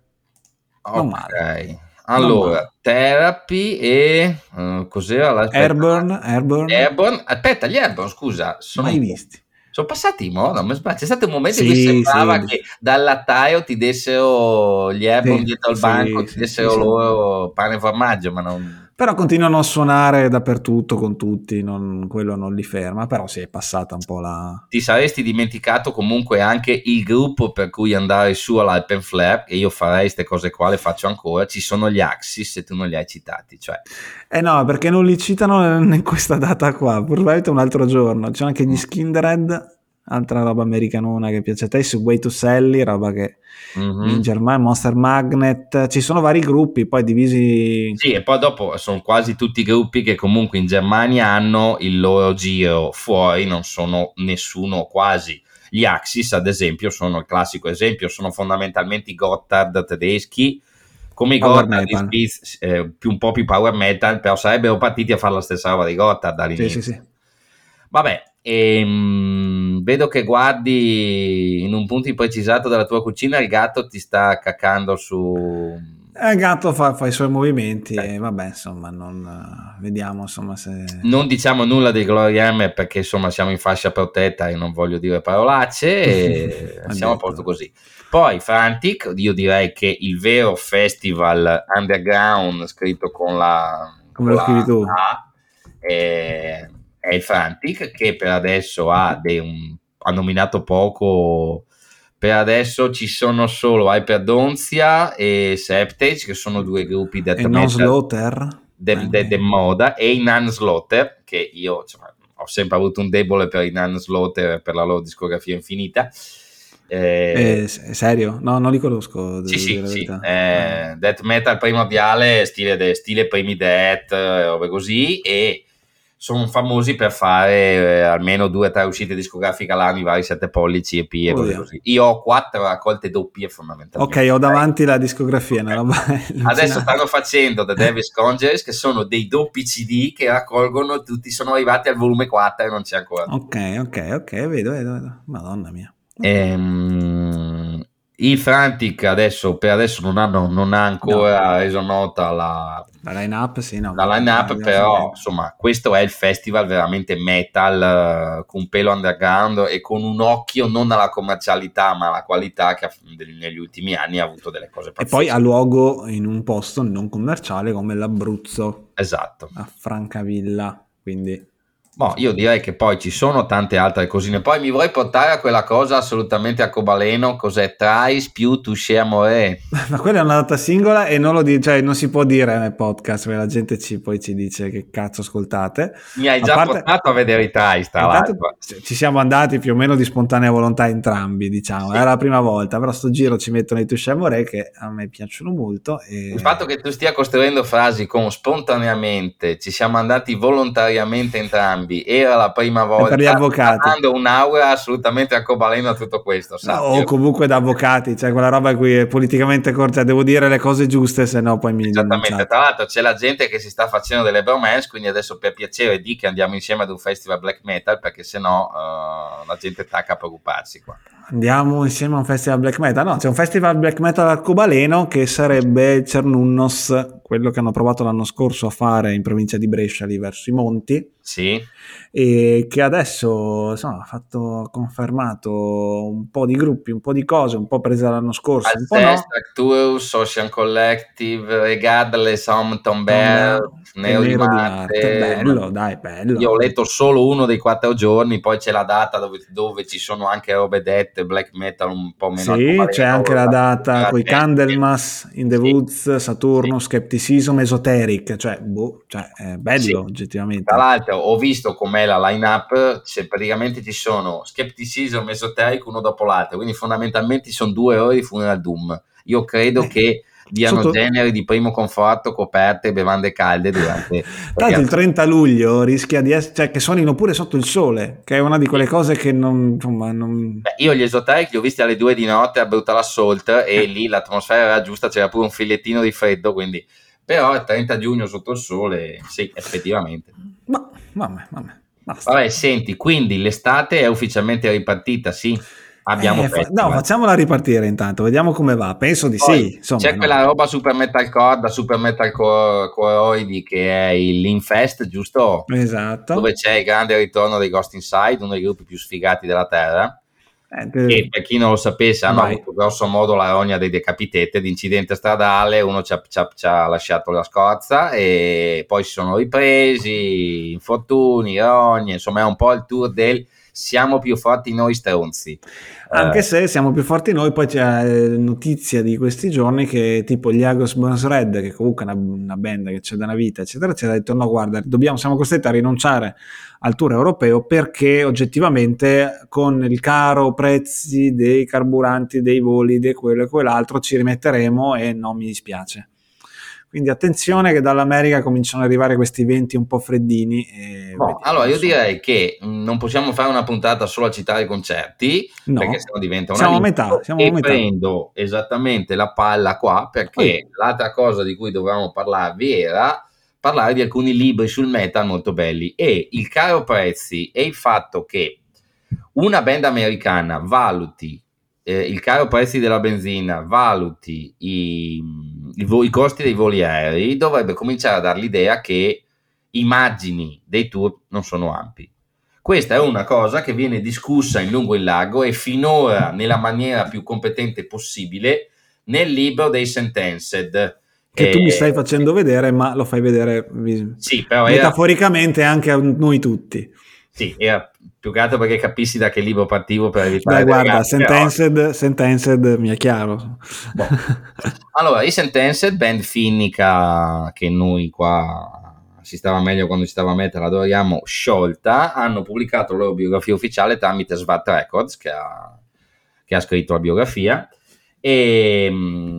Non ok. male. Allora, Therapy e uh, cos'era l'altra? Airborne, Airborne. Airborne. Aspetta, gli Airborne, scusa, sono mai visti. Sono passati in moda, c'è stato un momento sì, in cui sembrava sì. che dal lattaio ti dessero gli Airborne sì, dietro al sì, banco, sì, ti dessero sì, loro sì. pane e formaggio, ma non... Però continuano a suonare dappertutto con tutti, non, quello non li ferma, però si sì, è passata un po' la... Ti saresti dimenticato comunque anche il gruppo per cui andare su all'Alpen Flare, e io farei queste cose qua, le faccio ancora, ci sono gli Axis e tu non li hai citati, cioè... Eh no, perché non li citano in questa data qua, probabilmente un altro giorno, c'è anche gli Skindred, altra roba americanona che piace a te, su Way to Sally, roba che mm-hmm. in Germania, Monster Magnet, ci sono vari gruppi poi divisi. Sì, e poi dopo sono quasi tutti gruppi che comunque in Germania hanno il loro giro, fuori non sono nessuno quasi. Gli Axis ad esempio sono il classico esempio, sono fondamentalmente i Gotthard tedeschi, come i power Gotthard di Spitz, eh, più un po' più power metal, però sarebbero partiti a fare la stessa roba dei Gotthard all'inizio. Sì, sì, sì. Vabbè, ehm, vedo che guardi in un punto imprecisato della tua cucina, il gatto ti sta caccando su... Il gatto fa, fa i suoi movimenti eh. e vabbè, insomma, non uh, vediamo insomma se... Non diciamo nulla di Gloria M perché insomma siamo in fascia protetta e non voglio dire parolacce e siamo a posto così. Poi Frantic, io direi che il vero festival underground scritto con la... Come lo scrivi tu? A, è, è il Frantic, che per adesso ha, dei, un, ha nominato poco... Per adesso ci sono solo Hyperdonzia e Septage, che sono due gruppi death metal. E Non Slaughter. De, de, de moda, e i Nan Slaughter, che io insomma, ho sempre avuto un debole per i Nan Slaughter e per la loro discografia infinita. Eh, eh, serio? No, non li conosco. Sì, sì, sì. Eh, death metal primordiale, stile, de, stile primi death, robe così, e sono famosi per fare eh, almeno due o tre uscite discografiche all'anno, i vari sette pollici, E P e cose così. Io ho quattro raccolte doppie fondamentalmente. Ok, ho davanti la discografia. Una roba Adesso stanno facendo The Devil's Congeries, che sono dei doppi C D che raccolgono tutti, sono arrivati al volume quattro e non c'è ancora. Ok, ok, ok, vedo, vedo, vedo. Madonna mia. Ehm, i Frantic adesso per adesso non hanno non ha ancora no. reso nota la, la line up, sì, no, la line up, però insomma questo è il festival veramente metal uh, con un pelo underground e con un occhio non alla commercialità ma alla qualità che ha, negli ultimi anni ha avuto delle cose pazzesche. E poi ha luogo in un posto non commerciale come l'Abruzzo, esatto, a Francavilla, quindi Boh, io direi che poi ci sono tante altre cosine. Poi mi vorrei portare a quella cosa assolutamente arcobaleno, cos'è Trais più Touché Amore. Ma quella è una data singola e non lo di- cioè non si può dire nel podcast, perché la gente ci, poi ci dice che cazzo ascoltate. Mi hai già parte, portato a vedere i Trais, tra l'altro. Ci siamo andati più o meno di spontanea volontà entrambi, diciamo. Sì. Era la prima volta, però sto giro ci mettono i Touché Amore che a me piacciono molto. E... Il fatto che tu stia costruendo frasi con spontaneamente, ci siamo andati volontariamente entrambi, era la prima volta, per gli avvocati, dando un'aura assolutamente arcobaleno a tutto questo, no, o comunque da avvocati, cioè quella roba qui è politicamente corretta, devo dire le cose giuste, se no poi mi esattamente. Tra l'altro c'è la gente che si sta facendo delle bromance, quindi adesso per piacere di che andiamo insieme ad un festival black metal, perché se no uh, la gente tacca a preoccuparsi qua. Andiamo insieme a un festival black metal? No, c'è un festival black metal arcobaleno che sarebbe Cernunnos, quello che hanno provato l'anno scorso a fare in provincia di Brescia, lì verso i monti. Sì. E che adesso insomma ha fatto confermato un po' di gruppi, un po' di cose, un po' presa l'anno scorso, Alcest, un po' no. Actus, Ocean Collective, Regardless, Hompton Bear, Nero di Marte. Bello, dai, bello. Io ho letto solo uno dei quattro giorni, poi c'è la data dove, dove ci sono anche robe dette, black metal un po' meno. Sì, c'è anche la data con i Candlemas, In the sì. Woods, Saturno, sì. Skepticism, Esoteric, cioè, boh, cioè è bello sì. oggettivamente. Tra l'altro ho visto com'è la line-up, cioè praticamente ci sono Skepticism, Esoteric uno dopo l'altro, quindi fondamentalmente sono due ore di Funeral Doom. Io credo eh. che diano Sotto... generi di primo conforto, coperte e bevande calde durante tanto il trenta luglio rischia di essere, cioè che suonino pure sotto il sole, che è una di quelle cose che non, insomma, non... Beh, io gli Esoteric li ho visti alle due di notte a Brutal Assault e eh. lì l'atmosfera era giusta, c'era pure un filettino di freddo, quindi però il trenta giugno sotto il sole sì, effettivamente. Ma vabbè, vabbè, basta. Vabbè, senti, quindi l'estate è ufficialmente ripartita, sì? Abbiamo eh, fa- no, facciamola ripartire intanto, vediamo come va. Penso di Poi, sì. Insomma, c'è no. quella roba super metalcore da super metalcore coroidi che è il Linfest, giusto? Esatto. Dove c'è il grande ritorno dei Ghost Inside, uno dei gruppi più sfigati della terra. Eh, che per chi non lo sapesse hanno vai. avuto grosso modo la rogna dei Decapitated, incidente stradale, uno ci ha, ci, ha, ci ha lasciato la scorza e poi si sono ripresi, infortuni, rogne, insomma è un po' il tour del siamo più forti noi stronzi. Anche eh. se siamo più forti noi, poi c'è notizia di questi giorni che tipo gli Agos Bones Red, che comunque è una, una band che c'è da una vita eccetera eccetera, ha detto no guarda, dobbiamo, siamo costretti a rinunciare al tour europeo perché oggettivamente con il caro prezzi dei carburanti, dei voli, di quello e quell'altro ci rimetteremo e non mi dispiace. Quindi attenzione che dall'America cominciano ad arrivare questi venti un po' freddini. E no, vediamo, allora io insomma. direi che non possiamo fare una puntata solo a citare i concerti, no. perché sennò diventa una siamo a metà, siamo e a metà. prendo esattamente la palla qua perché Poi. l'altra cosa di cui dovevamo parlarvi era parlare di alcuni libri sul metal molto belli e il caro prezzi e il fatto che una band americana valuti eh, il caro prezzi della benzina, valuti i, i, vo- i costi dei voli aerei, dovrebbe cominciare a dare l'idea che i margini dei tour non sono ampi. Questa è una cosa che viene discussa in lungo e in largo e finora nella maniera più competente possibile nel libro dei Sentenced. Che eh, tu mi stai facendo vedere, ma lo fai vedere sì, però metaforicamente era, anche a noi tutti. Sì, era più che altro perché capissi da che libro partivo per evitare... Beh, guarda, ragazzi, Sentenced, però... Sentenced mi è chiaro. Boh. Allora, i Sentenced, band finnica che noi qua si stava meglio quando ci stava a mettere, adoriamo, sciolta, hanno pubblicato la loro biografia ufficiale tramite S W A T Records, che ha, che ha scritto la biografia. E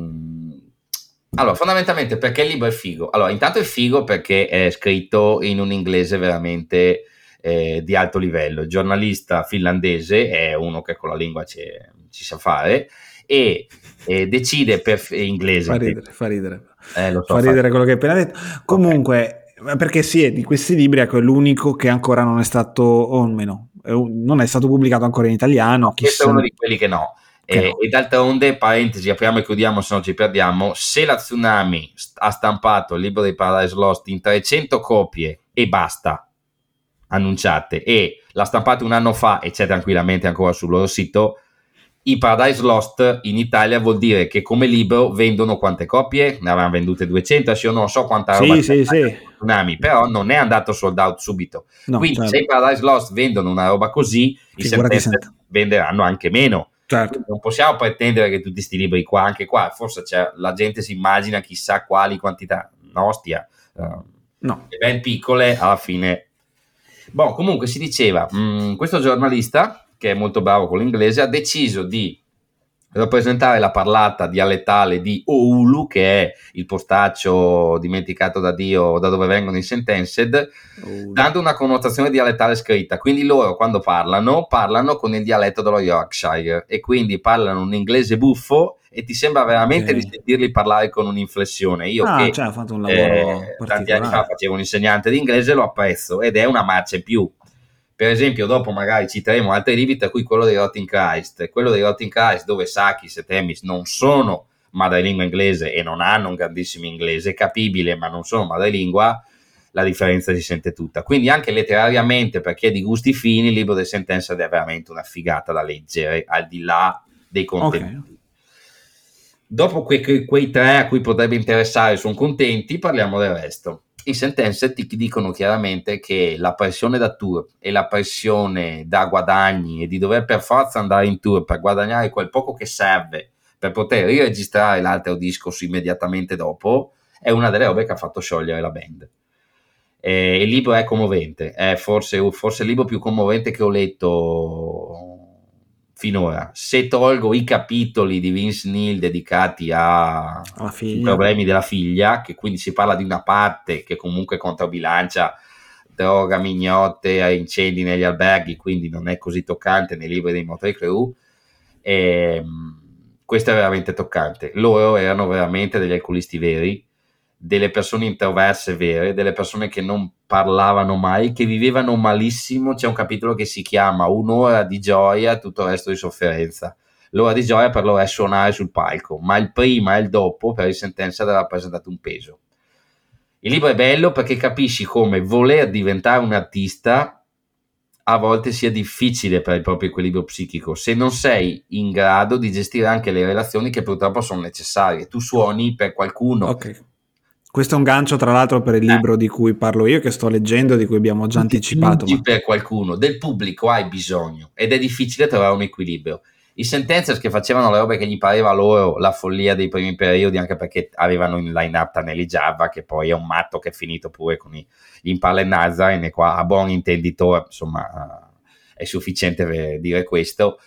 allora, fondamentalmente perché il libro è figo? Allora, intanto è figo perché è scritto in un inglese veramente eh, di alto livello. Il giornalista finlandese è uno che con la lingua ci, ci sa fare e eh, decide per inglese. Fa ridere, fa ridere. Eh, lo so, fa ridere fa... quello che hai appena detto. Comunque, okay. Perché sì, di questi libri ecco, è l'unico che ancora non è stato, o meno, non è stato pubblicato ancora in italiano. No, questo è uno di quelli che no. Che e, no. E d'altronde, parentesi, apriamo e chiudiamo se non ci perdiamo, se la Tsunami ha stampato il libro dei Paradise Lost in trecento copie e basta, annunciate, e l'ha stampato un anno fa e c'è tranquillamente ancora sul loro sito, i Paradise Lost in Italia vuol dire che come libro vendono quante copie? Ne avevano vendute duecento, adesso io non so quanta roba sì, sì, sì. Tsunami, però non è andato sold out subito. No, quindi certo. Se i Paradise Lost vendono una roba così, i Sentenced venderanno anche meno. Certo. Non possiamo pretendere che tutti questi libri qua, anche qua, forse c'è, la gente si immagina chissà quali quantità, no, ostia, uh, no. E ben piccole alla fine. Boh, comunque si diceva, mh, questo giornalista che è molto bravo con l'inglese, ha deciso di rappresentare la parlata dialettale di Oulu, che è il postaccio dimenticato da Dio, da dove vengono i Sentenced, oh. dando una connotazione dialettale scritta. Quindi loro quando parlano, parlano con il dialetto dello Yorkshire e quindi parlano un inglese buffo e ti sembra veramente okay. di sentirli parlare con un'inflessione. Io ah, che cioè, ha fatto un lavoro eh, tanti anni fa facevo un insegnante di inglese, lo apprezzo ed è una marcia in più. Per esempio, dopo magari citeremo altri libri, tra cui quello di Rotting Christ. Quello di Rotting Christ, dove Sakis e Themis non sono madrelingua inglese e non hanno un grandissimo inglese, capibile, ma non sono madrelingua, la differenza si sente tutta. Quindi anche letterariamente, per chi è di gusti fini, il libro dei Sentenced è veramente una figata da leggere, al di là dei contenuti. Okay. Dopo que- quei tre a cui potrebbe interessare sono contenti, parliamo del resto. I Sentenced ti dicono chiaramente che la pressione da tour e la pressione da guadagni e di dover per forza andare in tour per guadagnare quel poco che serve per poter riregistrare l'altro disco immediatamente dopo è una delle robe che ha fatto sciogliere la band. E il libro è commovente, è forse, forse il libro più commovente che ho letto finora. Se tolgo i capitoli di Vince Neil dedicati ai problemi della figlia, che quindi si parla di una parte che comunque controbilancia droga, mignotte, incendi negli alberghi, quindi non è così toccante nei libri dei Motley Crue. E, questo è veramente toccante. Loro erano veramente degli alcolisti veri, delle persone introverse vere, delle persone che non parlavano mai, che vivevano malissimo. C'è un capitolo che si chiama Un'ora di gioia, tutto il resto di sofferenza. L'ora di gioia per loro è suonare sul palco, ma il prima e il dopo per i Sentenced ha rappresentato un peso. Il libro è bello perché capisci come voler diventare un artista a volte sia difficile per il proprio equilibrio psichico, se non sei in grado di gestire anche le relazioni che purtroppo sono necessarie. Tu suoni per qualcuno. Ok. Questo è un gancio tra l'altro per il libro eh. di cui parlo io, che sto leggendo, di cui abbiamo già anticipato. Ma... per qualcuno, del pubblico hai bisogno ed è difficile trovare un equilibrio. I Sentenced che facevano le robe che gli pareva loro la follia dei primi periodi, anche perché avevano in line-up Taneli Java, che poi è un matto che è finito pure con gli Impala e Nazarene, e qua a buon intenditore, insomma, è sufficiente dire questo.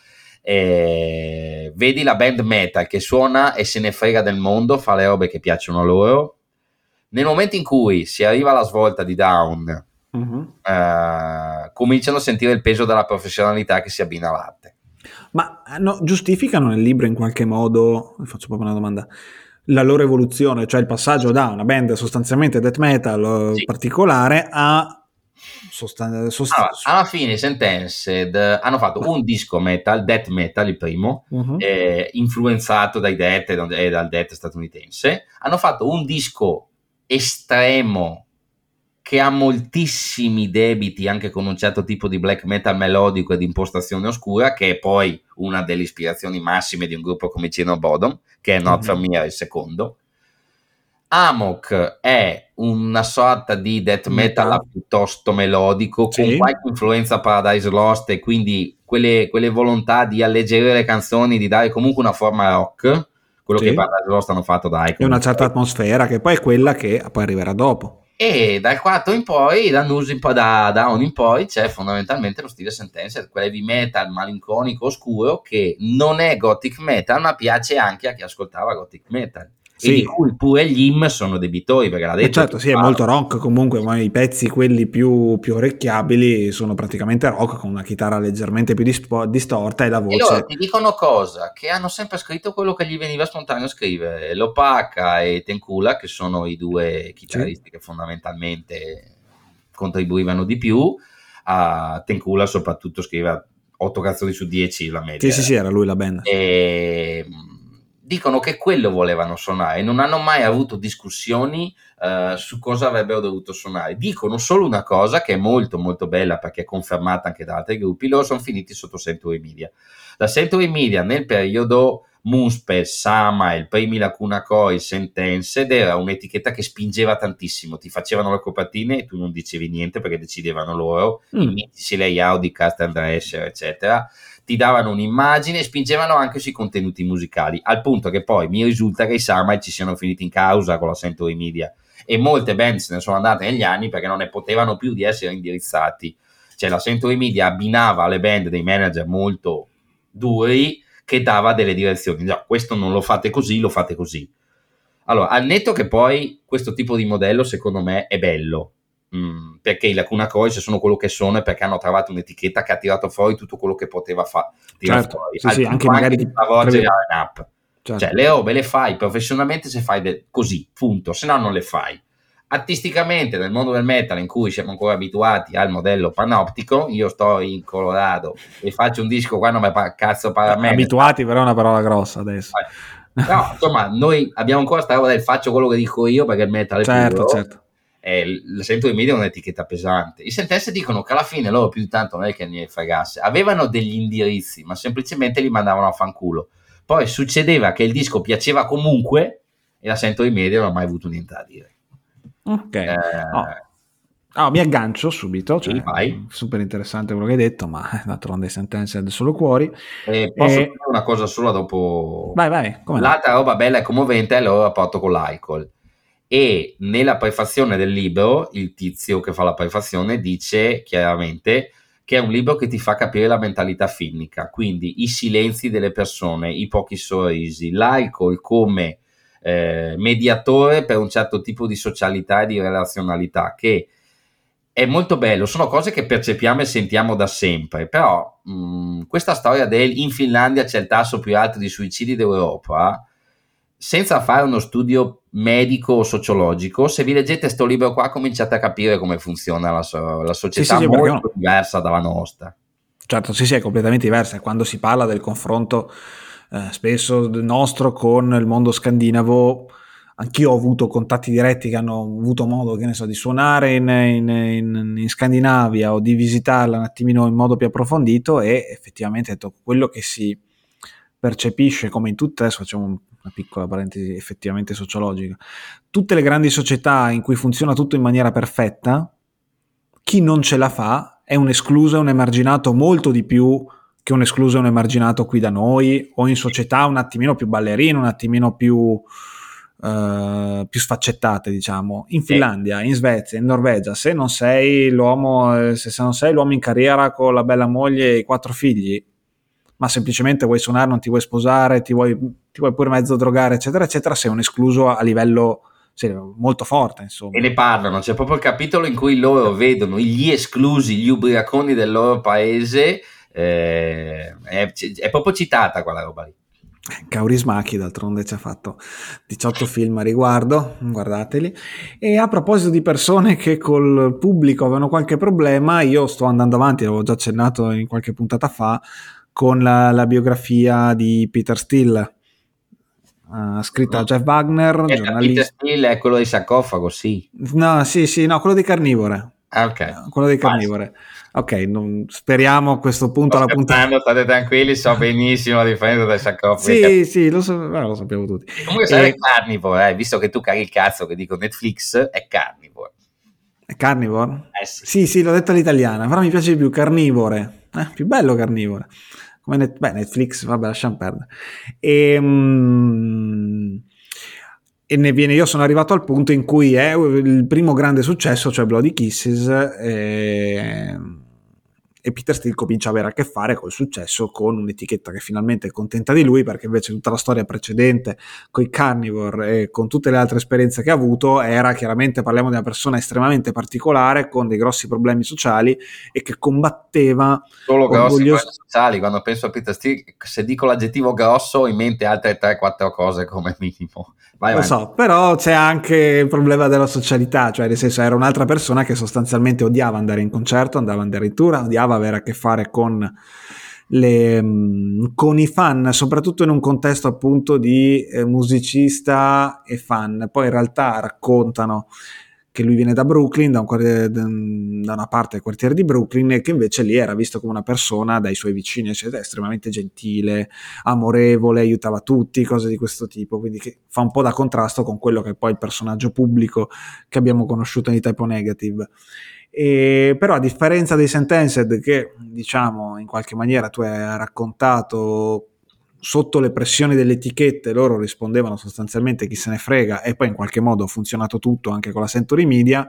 E vedi la band metal che suona e se ne frega del mondo, fa le robe che piacciono a loro. Nel momento in cui si arriva alla svolta di Down, uh-huh. eh, cominciano a sentire il peso della professionalità che si abbina all'arte. Ma no, giustificano nel libro in qualche modo, faccio proprio una domanda, la loro evoluzione, cioè il passaggio da una band sostanzialmente death metal sì. particolare a Sostan- sost- allora, alla fine Sentenced hanno fatto un disco metal, death metal il primo, uh-huh. eh, influenzato dai death e dal death statunitense. Hanno fatto un disco estremo che ha moltissimi debiti anche con un certo tipo di black metal melodico e di impostazione oscura, che è poi una delle ispirazioni massime di un gruppo come Chino Bodom, che è Not From Here, il secondo. Amok è una sorta di death metal metal. piuttosto melodico, sì. con qualche influenza Paradise Lost, e quindi quelle, quelle volontà di alleggerire le canzoni, di dare comunque una forma rock, quello sì. che Paradise Lost hanno fatto da Icon. E una certa atmosfera, che poi è quella che poi arriverà dopo. E dal quattro in poi, da News in poi, da Down in poi, c'è fondamentalmente lo stile Sentenced, quel heavy metal malinconico oscuro che non è gothic metal, ma piace anche a chi ascoltava gothic metal. Sì. E di cui pure gli I M sono debitori, perché l'ha detto. Eh certo, sì, è molto rock comunque, ma i pezzi quelli più, più orecchiabili sono praticamente rock, con una chitarra leggermente più dispo- distorta e la voce. E loro ti dicono cosa? Che hanno sempre scritto quello che gli veniva spontaneo scrivere. Lopaka e Tenkula, che sono i due chitarristi sì. che fondamentalmente contribuivano di più. A Tenkula soprattutto scriveva otto canzoni su dieci la media. Sì, sì, sì, era lui la band. E dicono che quello volevano suonare, non hanno mai avuto discussioni uh, su cosa avrebbero dovuto suonare. Dicono solo una cosa che è molto molto bella, perché è confermata anche da altri gruppi: loro sono finiti sotto Century Media. La Century Media nel periodo Moonspell, Samael, primi Lacuna Coil, Sentenced, era un'etichetta che spingeva tantissimo, ti facevano le copertine e tu non dicevi niente perché decidevano loro, mm. i mitici layout di Castle Drescher eccetera, ti davano un'immagine e spingevano anche sui contenuti musicali, al punto che poi mi risulta che i Samael ci siano finiti in causa con la Century Media, e molte band se ne sono andate negli anni perché non ne potevano più di essere indirizzati. Cioè la Century Media abbinava alle band dei manager molto duri che dava delle direzioni: no, questo non lo fate così, lo fate così. Allora, al netto che poi questo tipo di modello secondo me è bello, mm, perché i Lacuna Coil sono quello che sono e perché hanno trovato un'etichetta che ha tirato fuori tutto quello che poteva fare. Certo, fuori. Sì, sì, anche magari di stravolgere la line-up. Certo. Cioè le robe le fai professionalmente se fai de- così, punto, se no non le fai. Artisticamente nel mondo del metal, in cui siamo ancora abituati al modello panoptico, io sto in Colorado e faccio un disco quando mi pa- cazzo para me. Abituati però è una parola grossa adesso. No, insomma, noi abbiamo ancora sta roba del faccio quello che dico io perché il metal è certo, puro. Certo. Eh, la Century Media è un'etichetta pesante. I Sentenced dicono che alla fine loro più di tanto non è che ne fregasse, avevano degli indirizzi ma semplicemente li mandavano a fanculo. Poi succedeva che il disco piaceva comunque e la Century Media non ha mai avuto niente da dire. Ok, eh, oh. Oh, mi aggancio subito, cioè, sì, super interessante quello che hai detto, ma d'altronde Sentenced solo cuori. Eh, posso e... dire una cosa sola dopo? Vai, vai. Come L'altra no? roba bella e commovente è il loro rapporto con l'alcol. E nella prefazione del libro il tizio che fa la prefazione dice chiaramente che è un libro che ti fa capire la mentalità finnica, quindi i silenzi delle persone, i pochi sorrisi, l'alcol come eh, mediatore per un certo tipo di socialità e di relazionalità, che è molto bello. Sono cose che percepiamo e sentiamo da sempre, però mh, questa storia del in Finlandia c'è il tasso più alto di suicidi d'Europa, senza fare uno studio medico o sociologico, se vi leggete sto libro qua cominciate a capire come funziona la, so- la società, sì, sì, molto no. diversa dalla nostra. Certo, sì, sì, è completamente diversa. Quando si parla del confronto eh, spesso nostro con il mondo scandinavo, anch'io ho avuto contatti diretti che hanno avuto modo, che ne so, di suonare in, in, in, in Scandinavia o di visitarla un attimino in modo più approfondito, e effettivamente quello che si percepisce come in tutte, adesso facciamo una piccola parentesi effettivamente sociologica, tutte le grandi società in cui funziona tutto in maniera perfetta, chi non ce la fa è un escluso, è un emarginato molto di più che un escluso e un emarginato qui da noi, o in società un attimino più ballerine, un attimino più uh, più sfaccettate, diciamo. In Finlandia, in Svezia, in Norvegia, se non sei l'uomo, se non sei l'uomo in carriera con la bella moglie e i quattro figli, ma semplicemente vuoi suonare, non ti vuoi sposare, ti vuoi, ti vuoi pure mezzo drogare, eccetera, eccetera, sei un escluso a livello sì, molto forte, insomma. E ne parlano, c'è proprio il capitolo in cui loro vedono gli esclusi, gli ubriaconi del loro paese, eh, è, è proprio citata quella roba lì. Kaurismäki d'altronde ci ha fatto diciotto film a riguardo, guardateli. E a proposito di persone che col pubblico avevano qualche problema, io sto andando avanti, l'avevo già accennato in qualche puntata fa, con la, la biografia di Peter Steele, uh, scritta da Jeff Wagner, e giornalista. Peter Steele è quello di sarcofago, sì. No, sì, sì, no, quello di Carnivore. Ah, ok. Quello dei Carnivore. Ok, non, speriamo a questo punto Sto alla puntata. state tranquilli, so benissimo la differenza tra sarcofago e Sì, sì, lo, so, eh, lo sappiamo tutti. comunque sai E, Carnivore, eh, visto che tu caghi il cazzo che dico Netflix, è Carnivore. è Carnivore? Eh sì. Sì, sì, l'ho detto all'italiana, però mi piace di più Carnivore. Eh, più bello Carnivore. Come net, beh, Netflix, vabbè, lasciamo perdere. E, mm, e ne viene, io sono arrivato al punto in cui è il primo grande successo, cioè Bloody Kisses, e, e Peter Steele comincia a avere a che fare col successo con un'etichetta che finalmente è contenta di lui, perché invece tutta la storia precedente con i Carnivore e con tutte le altre esperienze che ha avuto era chiaramente, parliamo di una persona estremamente particolare con dei grossi problemi sociali e che combatteva Solo grossi orgoglioso. sociali. Quando penso a Peter Steele, se dico l'aggettivo grosso ho in mente altre tre quattro cose come minimo. Vai Lo avanti. so, però c'è anche il problema della socialità, cioè nel senso era un'altra persona che sostanzialmente odiava andare in concerto, andava andare in tour, odiava avere a che fare con, le, con i fan, soprattutto in un contesto appunto di eh, musicista e fan. Poi in realtà raccontano che lui viene da Brooklyn, da, un, da una parte del quartiere di Brooklyn, e che invece lì era visto come una persona dai suoi vicini, eccetera, estremamente gentile, amorevole, aiutava tutti, cose di questo tipo, quindi che fa un po' da contrasto con quello che è poi il personaggio pubblico che abbiamo conosciuto nei Type O Negative. E, però a differenza dei Sentenced, che diciamo in qualche maniera tu hai raccontato sotto le pressioni delle etichette, loro rispondevano sostanzialmente chi se ne frega, e poi in qualche modo ha funzionato tutto anche con la Century Media.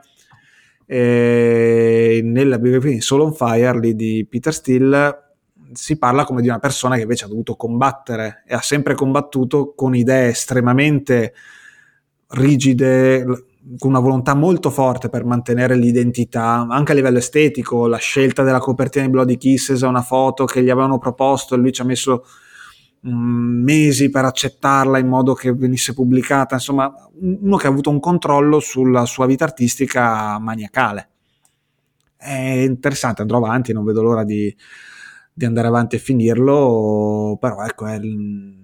E nella biografia di Soul on Fire lì di Peter Steele si parla come di una persona che invece ha dovuto combattere e ha sempre combattuto con idee estremamente rigide, con una volontà molto forte per mantenere l'identità, anche a livello estetico. La scelta della copertina di Bloody Kisses è una foto che gli avevano proposto e lui ci ha messo mesi per accettarla in modo che venisse pubblicata, insomma uno che ha avuto un controllo sulla sua vita artistica maniacale. È interessante, andrò avanti, non vedo l'ora di, di andare avanti e finirlo, però ecco è il,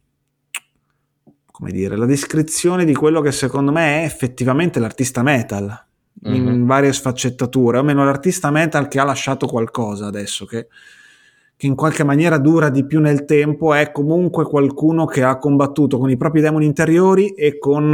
come dire, la descrizione di quello che secondo me è effettivamente l'artista metal in mm-hmm. varie sfaccettature, o meno l'artista metal che ha lasciato qualcosa adesso, che che in qualche maniera dura di più nel tempo, è comunque qualcuno che ha combattuto con i propri demoni interiori e con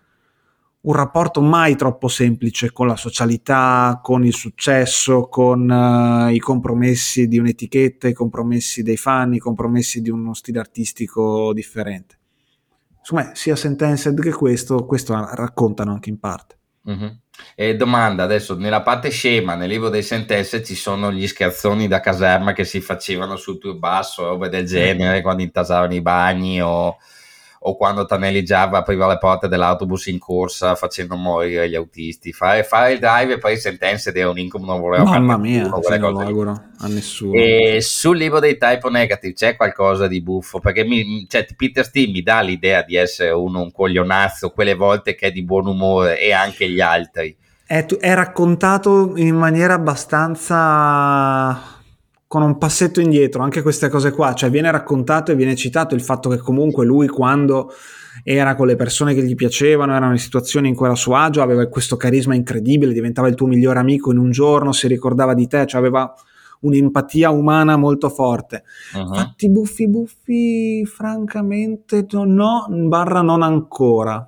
un rapporto mai troppo semplice con la socialità, con il successo, con uh, i compromessi di un'etichetta, i compromessi dei fan, i compromessi di uno stile artistico differente. Insomma, sia Sentenced che questo, questo raccontano anche in parte. Mm-hmm. E domanda adesso, nella parte scema nel libro dei Sentenze ci sono gli scherzoni da caserma che si facevano sul turbasso, robe del genere, quando intasavano i bagni o, o quando Tanelli-Giava apriva le porte dell'autobus in corsa facendo morire gli autisti. Fare, fare il drive e poi i Sentenze era un incubo, non voleva fare mamma mia, sì, non lo auguro a nessuno. E sul libro dei Type O Negative c'è qualcosa di buffo, perché mi, cioè, Peter Steele mi dà l'idea di essere uno, un coglionazzo quelle volte che è di buon umore, e anche gli altri. È, è raccontato in maniera abbastanza con un passetto indietro, anche queste cose qua, cioè viene raccontato e viene citato il fatto che comunque lui, quando era con le persone che gli piacevano, erano in situazioni in cui era a suo agio, aveva questo carisma incredibile, diventava il tuo migliore amico in un giorno, si ricordava di te, cioè aveva un'empatia umana molto forte. Uh-huh. Fatti buffi buffi francamente no, barra non ancora.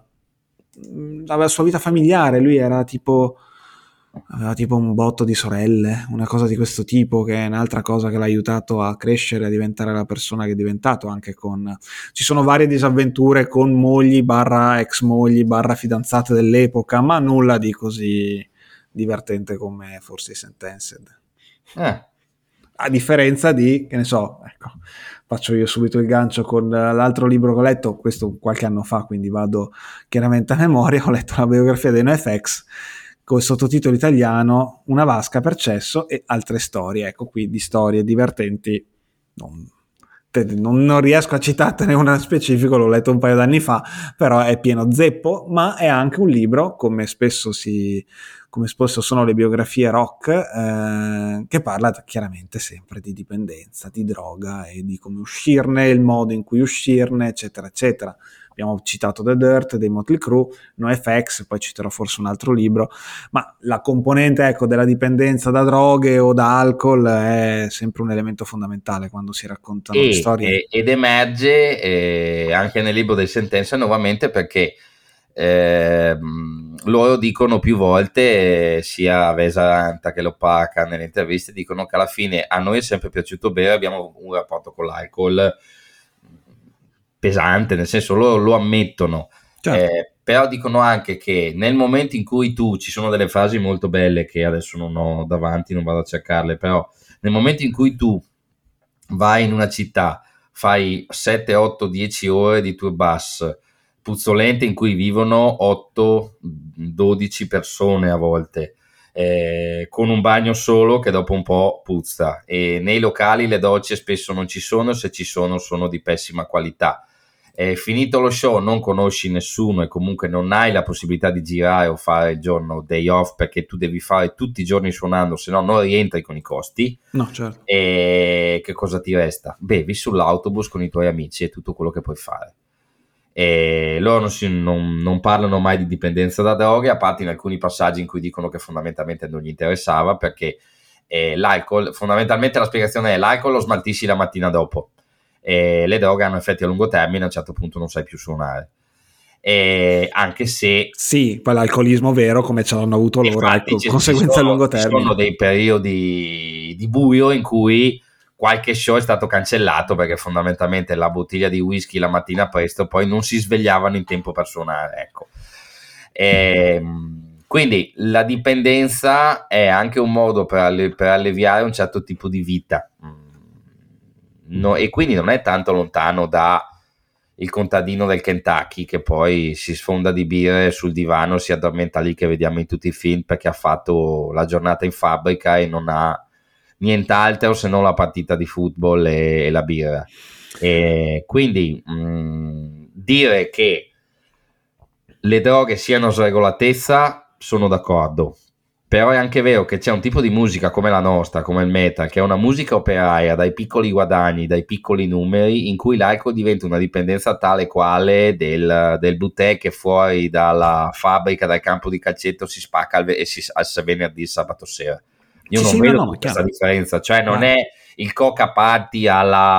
Aveva la sua vita familiare, lui era tipo aveva tipo un botto di sorelle, una cosa di questo tipo, che è un'altra cosa che l'ha aiutato a crescere, a diventare la persona che è diventato, anche con ci sono varie disavventure con mogli barra ex mogli barra fidanzate dell'epoca, ma nulla di così divertente come forse i Sentenced. Eh. A differenza di, che ne so, ecco, faccio io subito il gancio con l'altro libro che ho letto, questo qualche anno fa, quindi vado chiaramente a memoria, ho letto la biografia dei NoFX con il sottotitolo italiano Una vasca per cesso e altre storie, ecco qui di storie divertenti, non non, non riesco a citartene una specifico, l'ho letto un paio d'anni fa, però è pieno zeppo, ma è anche un libro, come spesso si come spesso sono le biografie rock, eh, che parla chiaramente sempre di dipendenza, di droga e di come uscirne, il modo in cui uscirne, eccetera, eccetera. Abbiamo citato The Dirt dei Motley Crue, NoFX, poi citerò forse un altro libro, ma la componente, ecco, della dipendenza da droghe o da alcol è sempre un elemento fondamentale quando si raccontano e, le storie. Ed emerge eh, anche nel libro del Sentenza nuovamente, perché Eh, loro dicono più volte, eh, sia Vesaranta che Loppaca nelle interviste, dicono che alla fine a noi è sempre piaciuto bere, abbiamo un rapporto con l'alcol pesante, nel senso loro lo ammettono, certo. eh, però dicono anche che nel momento in cui tu, ci sono delle frasi molto belle che adesso non ho davanti, non vado a cercarle, però nel momento in cui tu vai in una città, fai sette, otto, dieci ore di tour bus puzzolente in cui vivono otto dodici persone a volte, eh, con un bagno solo che dopo un po' puzza, e nei locali le docce spesso non ci sono, se ci sono sono di pessima qualità. Eh, finito lo show non conosci nessuno e comunque non hai la possibilità di girare o fare il giorno day off, perché tu devi fare tutti i giorni suonando, se no non rientri con i costi. No, certo. E che cosa ti resta? Bevi sull'autobus con i tuoi amici e tutto quello che puoi fare. E loro non, si, non, non parlano mai di dipendenza da droghe, a parte in alcuni passaggi in cui dicono che fondamentalmente non gli interessava, perché eh, l'alcol, fondamentalmente la spiegazione è: l'alcol lo smaltisci la mattina dopo, e le droghe hanno effetti a lungo termine, a un certo punto non sai più suonare, e anche se sì, poi l'alcolismo vero come ce l'hanno avuto loro, ecco, conseguenze a lungo termine. Ci sono dei periodi di buio in cui qualche show è stato cancellato perché fondamentalmente la bottiglia di whisky la mattina presto poi non si svegliavano in tempo per suonare, ecco. E, quindi la dipendenza è anche un modo per, alle, per alleviare un certo tipo di vita, no, e quindi non è tanto lontano da il contadino del Kentucky che poi si sfonda di birre sul divano, si addormenta lì, che vediamo in tutti i film, perché ha fatto la giornata in fabbrica e non ha nient'altro se non la partita di football e, e la birra. E quindi mh, dire che le droghe siano sregolatezza, sono d'accordo, però è anche vero che c'è un tipo di musica come la nostra, come il metal, che è una musica operaia, dai piccoli guadagni, dai piccoli numeri, in cui l'alcol diventa una dipendenza tale quale del, del bootleg che fuori dalla fabbrica, dal campo di calcetto si spacca al, e si al venerdì, il sabato sera. Io sì, non sì, vedo no, no, questa chiaro. differenza, cioè non ah. è il coca party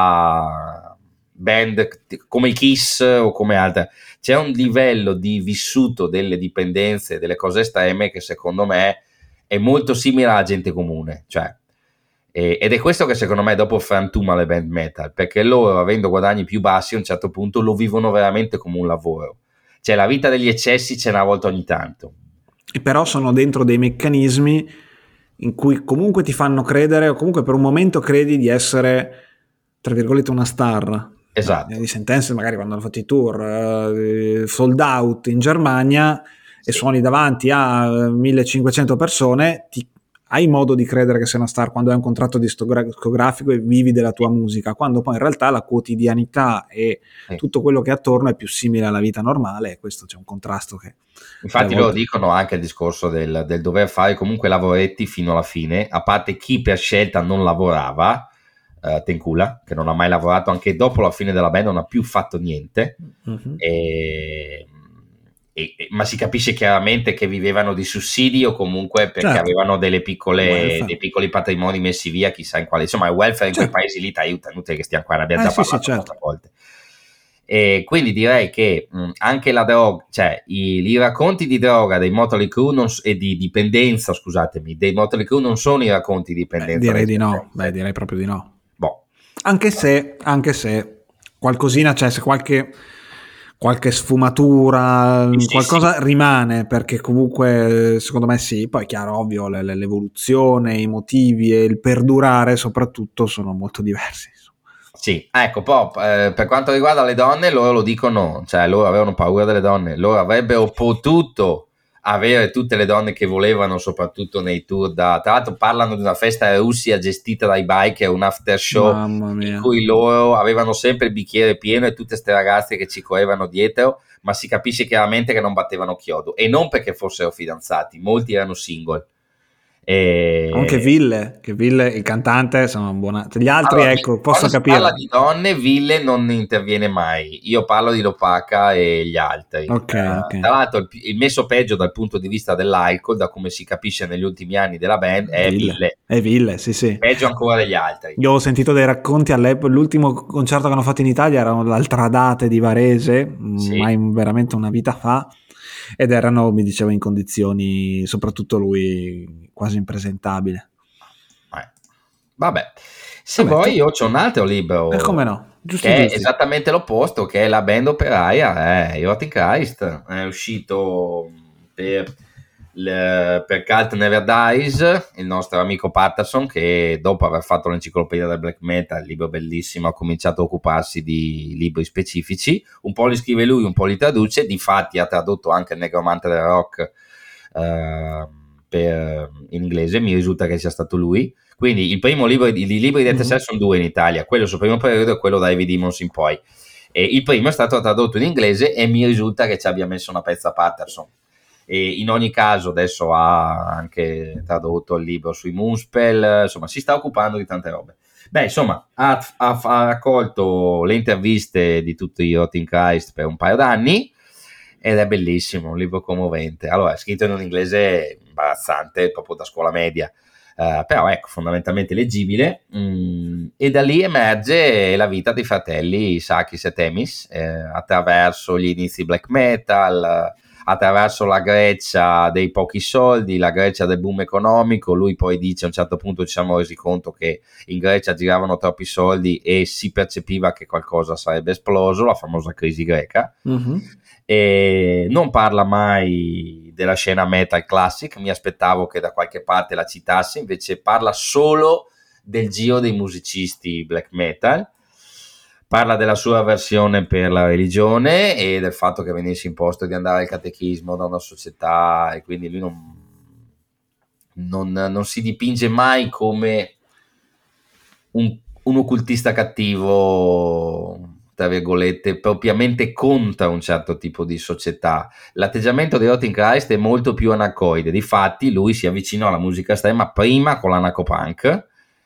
alla band come i Kiss o come altre, c'è un livello di vissuto delle dipendenze, delle cose estreme, che secondo me è molto simile alla gente comune, cioè, e, ed è questo che secondo me dopo frantuma le band metal, perché loro, avendo guadagni più bassi, a un certo punto lo vivono veramente come un lavoro, cioè la vita degli eccessi c'è una volta ogni tanto, e però sono dentro dei meccanismi in cui comunque ti fanno credere, o comunque per un momento credi di essere, tra virgolette, una star. Esatto. Di Sentenze, magari quando hanno fatto i tour uh, sold out in Germania, sì, e suoni davanti a millecinquecento persone, ti, hai modo di credere che sei una star quando hai un contratto discografico e vivi della tua musica, quando poi in realtà la quotidianità e sì, tutto quello che è attorno è più simile alla vita normale, e questo c'è un contrasto che... Infatti loro dicono anche il discorso del, del dover fare comunque lavoretti fino alla fine, a parte chi per scelta non lavorava, uh, Tenkula, che non ha mai lavorato, anche dopo la fine della band non ha più fatto niente, mm-hmm. e, e, ma si capisce chiaramente che vivevano di sussidi o comunque perché certo, avevano delle piccole, dei piccoli patrimoni messi via, chissà in quale, insomma il welfare in certo, quei paesi lì ti aiuta, inutile che stiamo qua, ne abbiamo eh, già sì, parlato sì, certo, molte volte. E quindi direi che mh, anche la droga, cioè i, i racconti di droga dei Motley Crue non, e di dipendenza, scusatemi, dei Motley Crue non sono i racconti di dipendenza. Beh, direi di no, beh, direi proprio di no. Boh. Anche se, anche se qualcosina c'è, se qualche, qualche sfumatura, sì, qualcosa sì, rimane, perché comunque secondo me sì, poi è chiaro, ovvio, l'evoluzione, i motivi e il perdurare soprattutto sono molto diversi. Sì, ecco, poi eh, per quanto riguarda le donne, loro lo dicono, cioè loro avevano paura delle donne, loro avrebbero potuto avere tutte le donne che volevano, soprattutto nei tour da, tra l'altro parlano di una festa in Russia gestita dai biker, un after show in cui loro avevano sempre il bicchiere pieno e tutte ste ragazze che ci correvano dietro, ma si capisce chiaramente che non battevano chiodo, e non perché fossero fidanzati, molti erano single. E... anche Ville, che Ville il cantante sono buona. Gli altri, allora, ecco, posso quando capire. Si parla di donne, Ville non interviene mai. Io parlo di Lopaka e gli altri. Okay, uh, okay. Tra l'altro, il, il messo peggio dal punto di vista dell'alcol, da come si capisce negli ultimi anni della band, è Ville. Ville. È Ville, sì, sì. Peggio ancora degli altri. Io ho sentito dei racconti all'epoca. L'ultimo concerto che hanno fatto in Italia erano l'Altradate di Varese, sì. mai veramente una vita fa. Ed erano, mi diceva, in condizioni, soprattutto lui, quasi impresentabile. Eh. Vabbè, se Vabbè, vuoi tu... io c'ho un altro libro. Eh, come no? Giusto, che giusti. È esattamente l'opposto, che è la band operaia, eh, Erotic Christ. È uscito per, le, per Cult Never Dies, il nostro amico Patterson, che dopo aver fatto l'enciclopedia del black metal, il libro bellissimo, ha cominciato a occuparsi di libri specifici. Un po' li scrive lui, un po' li traduce. Difatti ha tradotto anche il Negromante del Rock eh, per, in inglese, mi risulta che sia stato lui. Quindi il primo libro, i libri di E T S mm-hmm. sono due in Italia, quello sul primo periodo e quello da Heavy Demons in poi. E il primo è stato tradotto in inglese e mi risulta che ci abbia messo una pezza Patterson. E in ogni caso adesso ha anche tradotto il libro sui Moonspell, insomma si sta occupando di tante robe. Beh, insomma, ha, ha, ha raccolto le interviste di tutti i Rotting Christ per un paio d'anni ed è bellissimo, un libro commovente. Allora, è scritto in un inglese imbarazzante, proprio da scuola media. Uh, però ecco, fondamentalmente leggibile, mm, e da lì emerge la vita dei fratelli Sakis e Themis eh, attraverso gli inizi black metal, eh, attraverso la Grecia dei pochi soldi, la Grecia del boom economico. Lui poi dice: a un certo punto ci siamo resi conto che in Grecia giravano troppi soldi e si percepiva che qualcosa sarebbe esploso, la famosa crisi greca. Mm-hmm. E non parla mai della scena metal classic, mi aspettavo che da qualche parte la citasse, invece parla solo del giro dei musicisti black metal, parla della sua avversione per la religione e del fatto che venisse imposto di andare al catechismo da una società, e quindi lui non, non, non si dipinge mai come un, un occultista cattivo, tra virgolette, propriamente contro un certo tipo di società. L'atteggiamento di Rotting Christ è molto più anarcoide. Difatti lui si avvicinò alla musica estrema prima con l'anarcopunk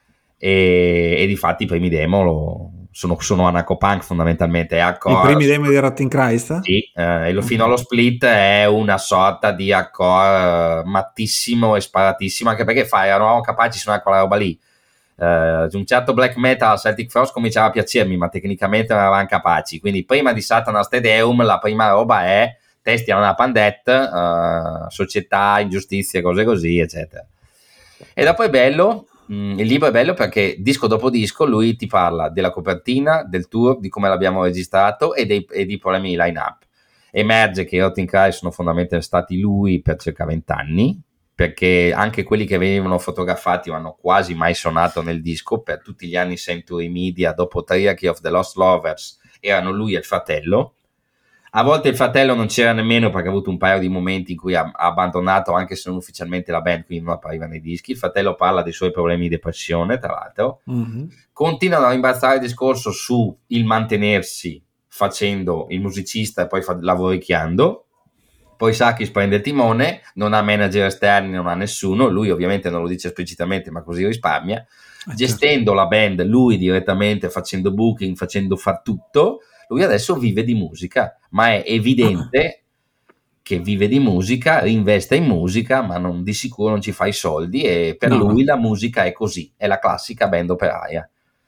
e, e difatti i primi demo lo, sono, sono anarcopunk fondamentalmente. Hardcore, i primi demo di Rotting Christ? Sì, eh, e lo, fino allo split è una sorta di hardcore mattissimo e sparatissimo, anche perché fa, erano capaci di suonare quella roba lì. Uh, un certo black metal Celtic Frost cominciava a piacermi, ma tecnicamente non eravamo capaci. Quindi prima di Satanast Te Deum la prima roba è testi alla Pandette, uh, società, ingiustizie, cose così, eccetera. E dopo è bello, mh, il libro è bello perché disco dopo disco lui ti parla della copertina, del tour, di come l'abbiamo registrato e dei, e dei problemi di line up. Emerge che i Rotting Christ sono fondamentalmente stati lui per circa vent'anni, perché anche quelli che venivano fotografati non hanno quasi mai suonato nel disco. Per tutti gli anni Century Media, dopo Triarchy of the Lost Lovers, erano lui e il fratello. A volte il fratello non c'era nemmeno, perché ha avuto un paio di momenti in cui ha, ha abbandonato anche se non ufficialmente la band, quindi non appariva nei dischi. Il fratello parla dei suoi problemi di depressione, tra l'altro. Mm-hmm. Continuano a rimbalzare il discorso su il mantenersi facendo il musicista e poi fa- lavoricchiando. Poi Sakis prende il timone, non ha manager esterni, non ha nessuno, lui ovviamente non lo dice esplicitamente, ma così risparmia, ah, gestendo certo. la band lui direttamente, facendo booking, facendo far tutto. Lui adesso vive di musica, ma è evidente ah. che vive di musica, reinveste in musica, ma non, di sicuro non ci fa i soldi, e per no, lui no. la musica è così, è la classica band operaia.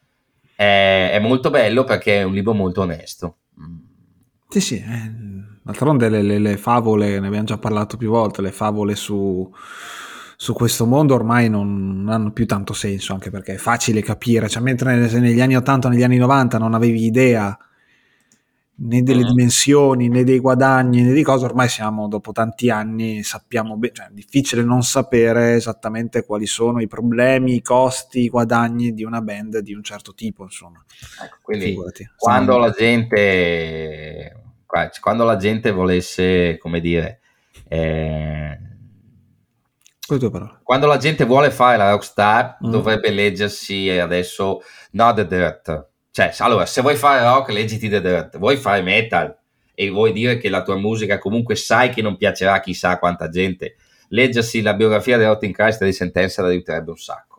È, è molto bello perché è un libro molto onesto. Sì, sì, eh. D'altronde le, le, le favole, ne abbiamo già parlato più volte, le favole su, su questo mondo ormai non, non hanno più tanto senso, anche perché è facile capire, cioè mentre negli anni ottanta, negli anni novanta non avevi idea né delle uh-huh. dimensioni, né dei guadagni, né di cosa, ormai siamo, dopo tanti anni, sappiamo bene, cioè è difficile non sapere esattamente quali sono i problemi, i costi, i guadagni di una band di un certo tipo, insomma. Ecco, quindi Figurati, quando stiamo... la gente... quando la gente volesse, come dire, Eh, Con le tue parole. Quando la gente vuole fare la rockstar, Mm. dovrebbe leggersi adesso no The Dirt. Cioè, allora, se vuoi fare rock, leggiti The Dirt. Vuoi fare metal e vuoi dire che la tua musica comunque sai che non piacerà a chissà quanta gente, leggersi la biografia di Rotting Christ di Sentenza la aiuterebbe un sacco,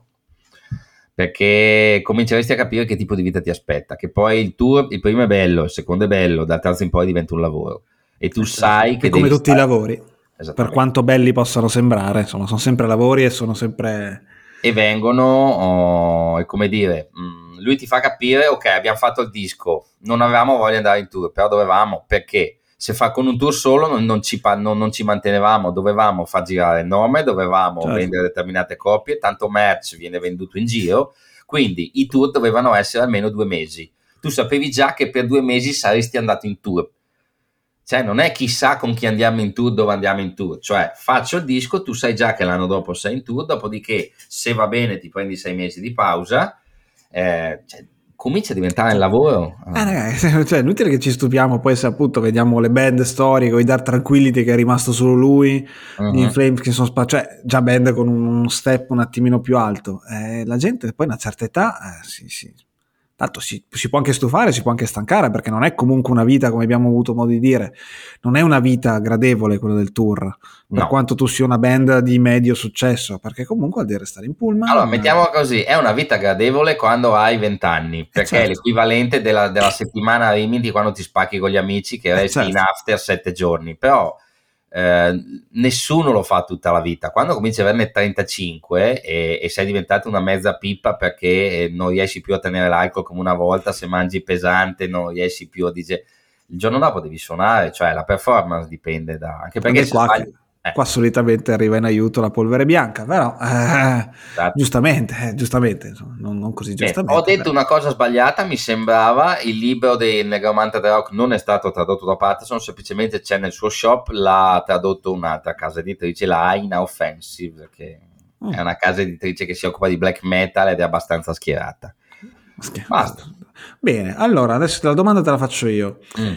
perché cominceresti a capire che tipo di vita ti aspetta, che poi il tour, il primo è bello, il secondo è bello, dal terzo in poi diventa un lavoro e tu Esatto. sai che e come devi tutti stare... i lavori, per quanto belli possano sembrare, insomma, sono sempre lavori e sono sempre... E vengono, oh, è come dire, mh, lui ti fa capire, ok, abbiamo fatto il disco, non avevamo voglia di andare in tour, però dovevamo, perché se fa con un tour solo non, non, ci, non, non ci mantenevamo, dovevamo far girare il nome, dovevamo certo. vendere determinate copie, tanto merch viene venduto in giro, quindi i tour dovevano essere almeno due mesi. Tu sapevi già che per due mesi saresti andato in tour. Cioè non è chissà con chi andiamo in tour, dove andiamo in tour, cioè faccio il disco, tu sai già che l'anno dopo sei in tour, dopodiché se va bene ti prendi sei mesi di pausa, eh, cioè, comincia a diventare il lavoro. Eh, ragazzi, cioè, inutile che ci stupiamo poi se appunto vediamo le band storiche o i Dark Tranquillity che è rimasto solo lui, uh-huh. gli In Flames che sono spa- cioè già band con uno step un attimino più alto, eh, la gente poi a una certa età eh, sì sì tanto si, si può anche stufare, si può anche stancare, perché non è comunque una vita, come abbiamo avuto modo di dire, non è una vita gradevole quella del tour, per no. quanto tu sia una band di medio successo, perché comunque vuol dire stare in pullman. Allora, mettiamola così, è una vita gradevole quando hai vent'anni, perché eh certo. è l'equivalente della, della settimana a Rimini quando ti spacchi con gli amici che resti eh certo. in after sette giorni, però eh, nessuno lo fa tutta la vita. Quando cominci ad averne trentacinque e, e sei diventato una mezza pippa perché non riesci più a tenere l'alcol come una volta, se mangi pesante non riesci più a digerire, il giorno dopo devi suonare, cioè la performance dipende da... anche perché se qua, sbagli, eh. qua solitamente arriva in aiuto la polvere bianca, però eh, esatto. giustamente, eh, giustamente insomma, non, non così giustamente. Beh, ho detto però. una cosa sbagliata, mi sembrava, il libro del Negromante del Rock non è stato tradotto da Patterson, semplicemente c'è nel suo shop, l'ha tradotto un'altra casa editrice, la Aina Offensive, che mm. è una casa editrice che si occupa di black metal ed è abbastanza schierata. Basta. Bene, allora adesso la domanda te la faccio io. Mm.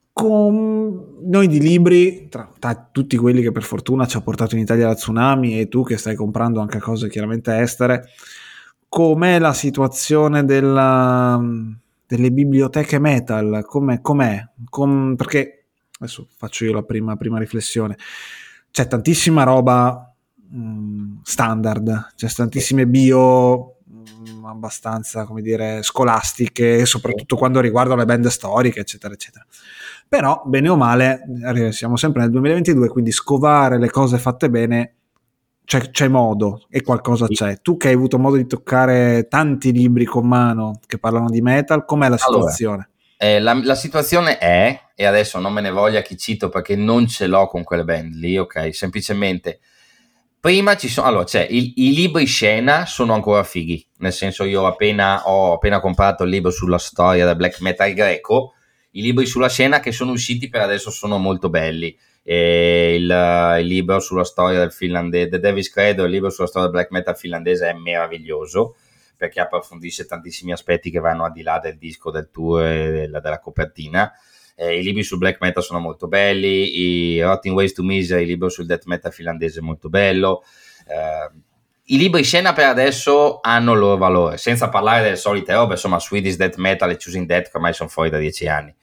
Con noi di libri, tra, tra tutti quelli che per fortuna ci ha portato in Italia la Tsunami e tu che stai comprando anche cose chiaramente estere, com'è la situazione della, delle biblioteche metal? Com'è? com'è? Com, perché adesso faccio io la prima, prima riflessione. C'è tantissima roba mh, standard, c'è tantissime bio mh, abbastanza, come dire, scolastiche, soprattutto quando riguardano le band storiche, eccetera, eccetera. Però, bene o male, siamo sempre nel duemilaventidue, quindi scovare le cose fatte bene c'è, c'è modo e qualcosa c'è. Tu che hai avuto modo di toccare tanti libri con mano che parlano di metal, com'è la situazione? Allora, eh, la, la situazione è, e adesso non me ne voglia chi cito perché non ce l'ho con quelle band lì, ok? Semplicemente, prima ci sono, allora c'è, il, i libri scena sono ancora fighi, nel senso io appena ho appena comprato il libro sulla storia del black metal greco, i libri sulla scena che sono usciti per adesso sono molto belli. E il, il libro sulla storia del finlandese, The Devil's Credo, il libro sulla storia del black metal finlandese è meraviglioso perché approfondisce tantissimi aspetti che vanno al di là del disco, del tour e della, della copertina. Eh, i libri sul black metal sono molto belli, i Rotting Ways to Misery, il libro sul death metal finlandese è molto bello. Eh, i libri scena per adesso hanno il loro valore, senza parlare delle solite robe, insomma Swedish Death Metal e Choosing Death che ormai sono fuori da dieci anni.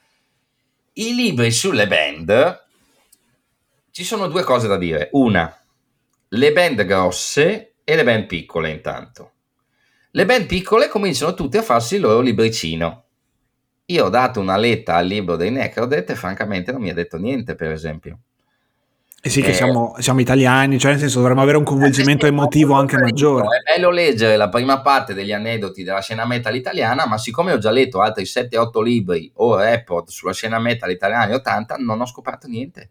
I libri sulle band, ci sono due cose da dire. Una, le band grosse e le band piccole intanto. Le band piccole cominciano tutte a farsi il loro libricino. Io ho dato una letta al libro dei Necrodeath e francamente non mi ha detto niente, per esempio. E sì, che eh, siamo, siamo italiani, cioè nel senso dovremmo avere un coinvolgimento eh, sì, emotivo anche maggiore. È bello leggere la prima parte degli aneddoti della scena metal italiana, ma siccome ho già letto altri sette otto libri o report sulla scena metal italiana anni ottanta, non ho scoperto niente.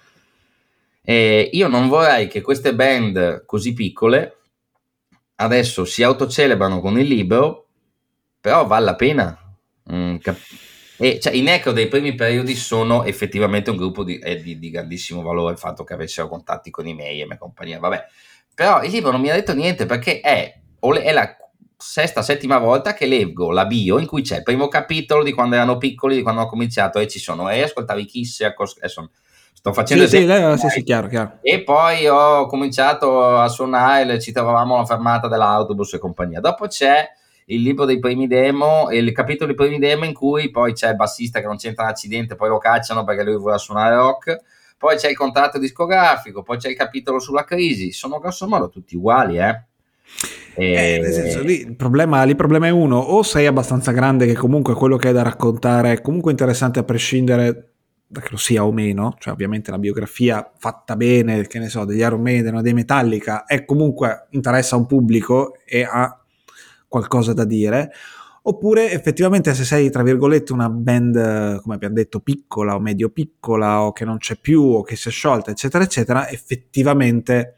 E io non vorrei che queste band così piccole adesso si autocelebrano con il libro, però vale la pena. Mm, cap- e cioè, i Necro dei primi periodi sono effettivamente un gruppo di, eh, di, di grandissimo valore, il fatto che avessero contatti con i Mayhem e compagnia, vabbè. Però il libro non mi ha detto niente perché è, è la sesta, settima volta che leggo la bio in cui c'è il primo capitolo di quando erano piccoli, di quando hanno cominciato e ci sono, e ascoltavi Kiss, adesso sto facendo sì, esempio. Sì, sì, sì, chiaro, chiaro. E poi ho cominciato a suonare, ci trovavamo alla fermata dell'autobus e compagnia. Dopo c'è il libro dei primi demo, il capitolo dei primi demo in cui poi c'è il bassista che non c'entra un accidente, poi lo cacciano perché lui voleva suonare rock, poi c'è il contratto discografico, poi c'è il capitolo sulla crisi, sono grosso modo tutti uguali, eh. E... Eh, nel senso, lì il problema, lì il problema è uno, o sei abbastanza grande che comunque quello che hai da raccontare è comunque interessante a prescindere da che lo sia o meno, cioè ovviamente la biografia fatta bene, che ne so, degli Iron Maiden o dei Metallica è comunque interessa a un pubblico e ha qualcosa da dire, oppure effettivamente se sei tra virgolette una band, come abbiamo detto, piccola o medio piccola o che non c'è più o che si è sciolta eccetera eccetera, effettivamente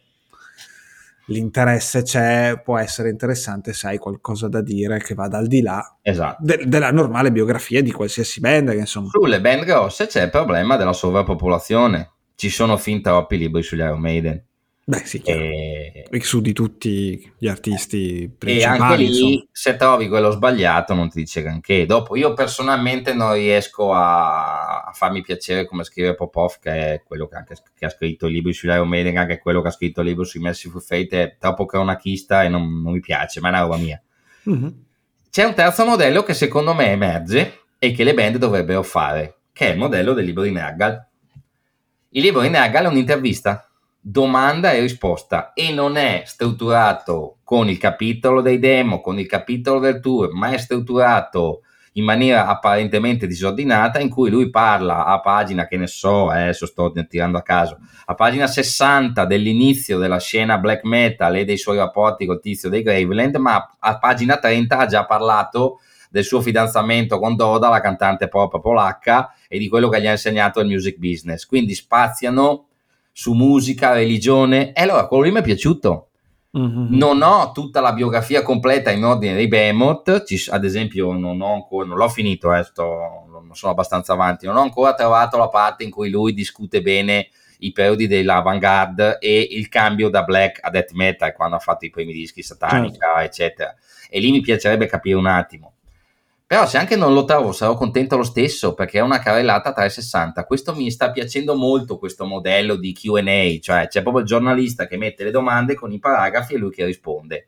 l'interesse c'è, può essere interessante se hai qualcosa da dire che vada al di là esatto. de- della normale biografia di qualsiasi band, che insomma. Sulle band grosse c'è il problema della sovrappopolazione, ci sono fin troppi libri sugli Iron Maiden. Beh sì, chiaro. E... su di tutti gli artisti principali. E anche lì, insomma, se trovi quello sbagliato non ti dice granché. Dopo io personalmente non riesco a, a farmi piacere come scrive Popov, che è quello che, anche, che ha scritto i libri sugli Iron Maiden, anche quello che ha scritto il libro sui Mercyful Fate, è troppo cronachista e non, non mi piace, ma è una roba mia. Mm-hmm. C'è un terzo modello che secondo me emerge e che le band dovrebbero fare, che è il modello del libro di Nergal. Il libro di Nergal è un'intervista, domanda e risposta, e non è strutturato con il capitolo dei demo, con il capitolo del tour, ma è strutturato in maniera apparentemente disordinata, in cui lui parla a pagina, che ne so, adesso sto tirando a caso, a pagina sessanta dell'inizio della scena black metal e dei suoi rapporti col tizio dei Graveland, ma a pagina trenta ha già parlato del suo fidanzamento con Doda, la cantante pop polacca, e di quello che gli ha insegnato il music business. Quindi spaziano su musica, religione, e allora quello lì mi è piaciuto. Mm-hmm. Non ho tutta la biografia completa in ordine dei Behemoth, ci, ad esempio non, ho ancora, non l'ho finito, eh, sto, non sono abbastanza avanti, non ho ancora trovato la parte in cui lui discute bene i periodi dell'avant-garde e il cambio da black a death metal quando ha fatto i primi dischi, Satanica, certo, eccetera, e lì mi piacerebbe capire un attimo. Però se anche non lo trovo sarò contento lo stesso, perché è una carrellata a trecentosessanta. Questo mi sta piacendo molto, questo modello di Q and A, cioè c'è proprio il giornalista che mette le domande con i paragrafi e lui che risponde.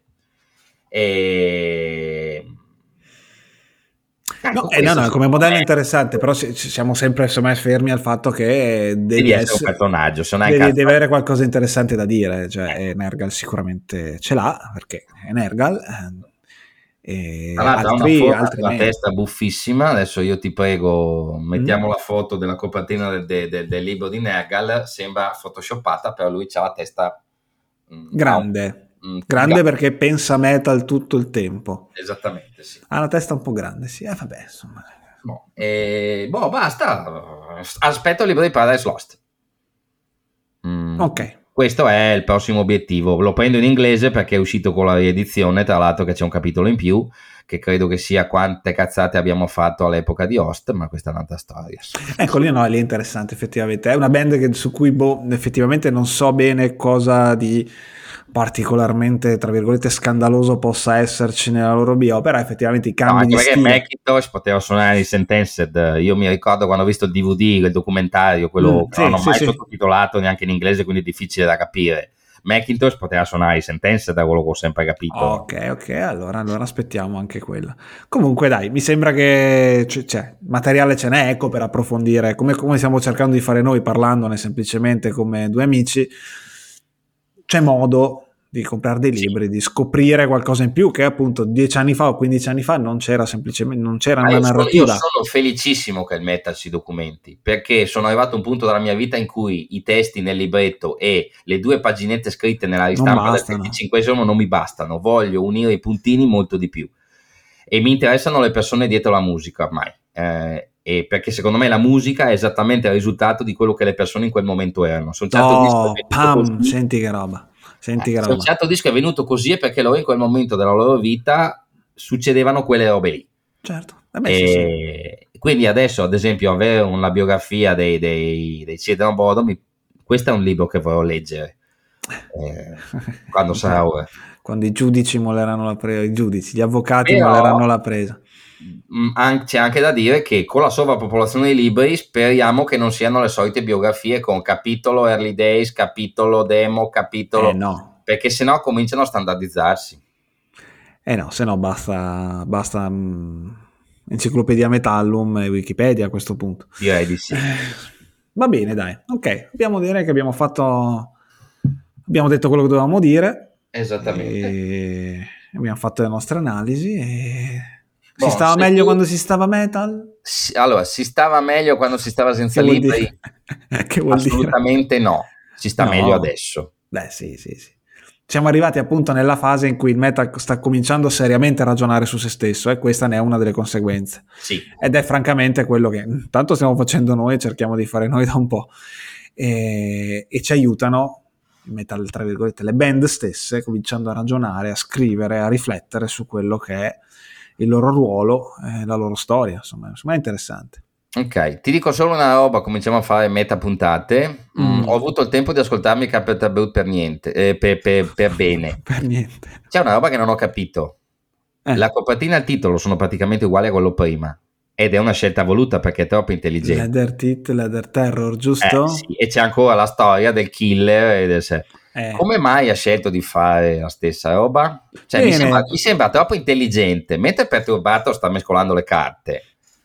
E... No, eh, no, no, come modello è interessante, però siamo sempre insomma, fermi al fatto che devi, devi essere, essere un personaggio, se non devi, hai devi avere qualcosa di interessante da dire, cioè eh. Nergal sicuramente ce l'ha, perché è Nergal. E allora, altri, una, altri una testa buffissima. Adesso io ti prego, mettiamo mm. la foto della copertina del, del, del libro di Nergal, sembra photoshoppata, però lui ha la testa mh, grande mh, grande grande perché pensa metal tutto il tempo, esattamente, sì, ha la testa un po' grande, sì, eh, vabbè, insomma. Boh, e, boh, basta, aspetto il libro di Paradise Lost. Mm. Ok, questo è il prossimo obiettivo. Lo prendo in inglese perché è uscito con la riedizione, tra l'altro che c'è un capitolo in più, che credo che sia quante cazzate abbiamo fatto all'epoca di Host, ma questa è un'altra storia. Ecco, lì no, lì è interessante effettivamente. È una band che, su cui boh, effettivamente non so bene cosa di particolarmente, tra virgolette, scandaloso possa esserci nella loro bio, però effettivamente i cambi no, di stile... Macintosh poteva suonare i Sentenced. Io mi ricordo quando ho visto il D V D, il documentario, quello mm, che sì, non ho sì, mai sì. sottotitolato neanche in inglese, quindi è difficile da capire. Macintosh poteva suonare i Sentenced, da quello che ho sempre capito. Ok, ok, allora, allora aspettiamo anche quella. Comunque dai, mi sembra che c- cioè, materiale ce n'è, ecco, per approfondire, come, come stiamo cercando di fare noi, parlandone semplicemente come due amici. C'è modo di comprare dei libri, sì. di scoprire qualcosa in più che appunto dieci anni fa o quindici anni fa non c'era semplicemente, non c'era Ma una io narrativa. Sono, io sono felicissimo che il metal si documenti, perché sono arrivato a un punto della mia vita in cui i testi nel libretto e le due paginette scritte nella ristampa del venticinquesimo non mi bastano, voglio unire i puntini molto di più e mi interessano le persone dietro la musica ormai. Eh, e perché secondo me la musica è esattamente il risultato di quello che le persone in quel momento erano. Sono certo oh, pam, così. Senti che roba. Senti che roba. Un certo disco è venuto così è perché loro in quel momento della loro vita succedevano quelle robe lì. Certo. Vabbè, e sì, sì. Quindi adesso, ad esempio, avere una biografia dei, dei, dei Children of Bodom, questo è un libro che vorrò leggere eh, quando sarà ora. Quando i giudici molleranno la presa, i giudici, gli avvocati Però, molleranno la presa. mh, c'è anche da dire che con la sovrappopolazione dei libri speriamo che non siano le solite biografie con capitolo early days, capitolo demo, capitolo... Eh no. Perché sennò cominciano a standardizzarsi. Eh no, se no basta, basta mh, Enciclopedia Metallum e Wikipedia a questo punto. Direi di sì. Eh, va bene, dai. Ok, abbiamo direi che abbiamo fatto... Abbiamo detto quello che dovevamo dire. Esattamente. E abbiamo fatto le nostre analisi e... Bon, si stava se meglio tu... quando si stava metal? Si- allora, si stava meglio quando si stava senza Che vuol libri? dire? Che vuol Assolutamente dire? no. Si sta No. meglio adesso. Beh, sì, sì, sì. Siamo arrivati appunto nella fase in cui il metal sta cominciando seriamente a ragionare su se stesso e questa ne è una delle conseguenze. Sì. Ed è francamente quello che tanto stiamo facendo noi e cerchiamo di fare noi da un po'. E, e ci aiutano il metal, tra virgolette, le band stesse, cominciando a ragionare, a scrivere, a riflettere su quello che è il loro ruolo e la loro storia. Insomma, insomma è interessante. Ok, ti dico solo una roba, cominciamo a fare meta puntate. Mm, Mm. Ho avuto il tempo di ascoltarmi Carpenter Brut per niente, eh, per, per- per bene. Per niente. C'è una roba che non ho capito. Eh. La copertina e il titolo sono praticamente uguali a quello prima. Ed è una scelta voluta perché è troppo intelligente. Leather Teeth, Leather Terror, giusto? Eh, sì, e c'è ancora la storia del killer e del sé. Eh. Come mai ha scelto di fare la stessa roba? Cioè, mi Bene. sembra, mi sembra troppo intelligente. Mentre Perturbato sta mescolando le carte.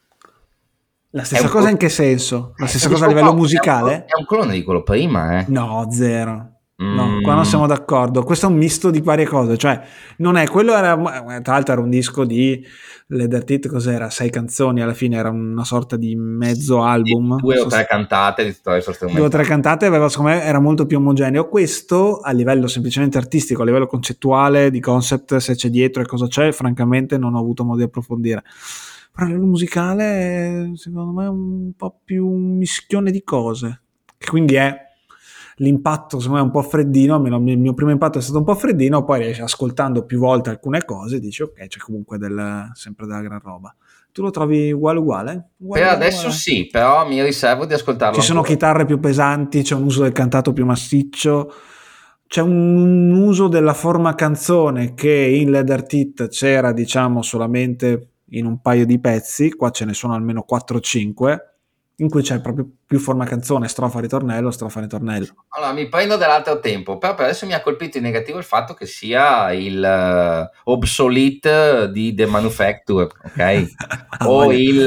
La È stessa un cosa clo- in che senso? La Eh, stessa dico, cosa a livello wow, è un clo- musicale? È un clone di quello prima, eh. No, zero. No, Mm. qua non siamo d'accordo. Questo è un misto di varie cose. Cioè, non è quello, era tra l'altro era un disco di Leather Teeth, cos'era? Sei canzoni, alla fine era una sorta di mezzo album. Due o tre cantate di tutto il suo strumento. Due o tre cantate, aveva, secondo me era molto più omogeneo. Questo a livello semplicemente artistico, a livello concettuale, di concept, se c'è dietro e cosa c'è, francamente non ho avuto modo di approfondire. Però a livello musicale, secondo me, è un po' più un mischione di cose. Che quindi è l'impatto, secondo me, è un po' freddino. Almeno il mio primo impatto è stato un po' freddino. Poi riesci, ascoltando più volte alcune cose, dici ok, c'è comunque del, sempre della gran roba. Tu lo trovi uguale uguale? uguale Per uguale, adesso uguale? sì, però mi riservo di ascoltarlo Ci sono ancora. chitarre più pesanti, c'è un uso del cantato più massiccio, c'è un uso della forma canzone che in Leather Teeth c'era, diciamo, solamente in un paio di pezzi. Qua ce ne sono almeno quattro o cinque in cui c'è proprio più forma canzone, strofa ritornello, strofa ritornello. Allora, mi prendo dell'altro tempo, però per adesso mi ha colpito in negativo il fatto che sia il uh, obsolete di The Manufacture, ok? Ah, o voglia. il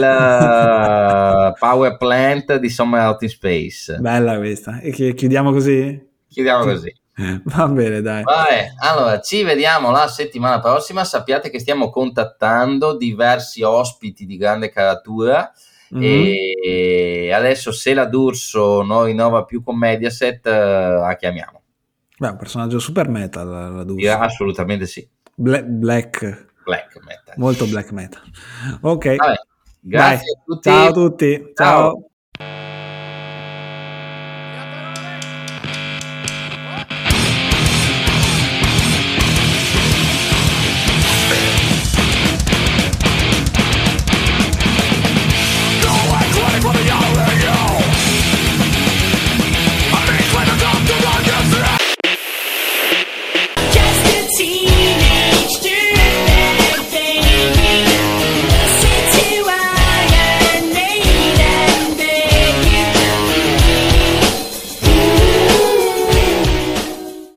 uh, Power Plant di Somewhere Out in Space. Bella questa. E chi- chiudiamo così? Chiudiamo così. Va bene, dai. Vabbè, allora ci vediamo la settimana prossima. Sappiate che stiamo contattando diversi ospiti di grande caratura. Mm-hmm. E adesso, se la D'Urso non rinnova più con Mediaset, la chiamiamo. Beh, un personaggio super metal, la D'Urso. Yeah, assolutamente sì. Bla- black. Black metal. Molto black metal. Ok. Vabbè, grazie Dai. a tutti. Ciao a tutti. Ciao. Ciao.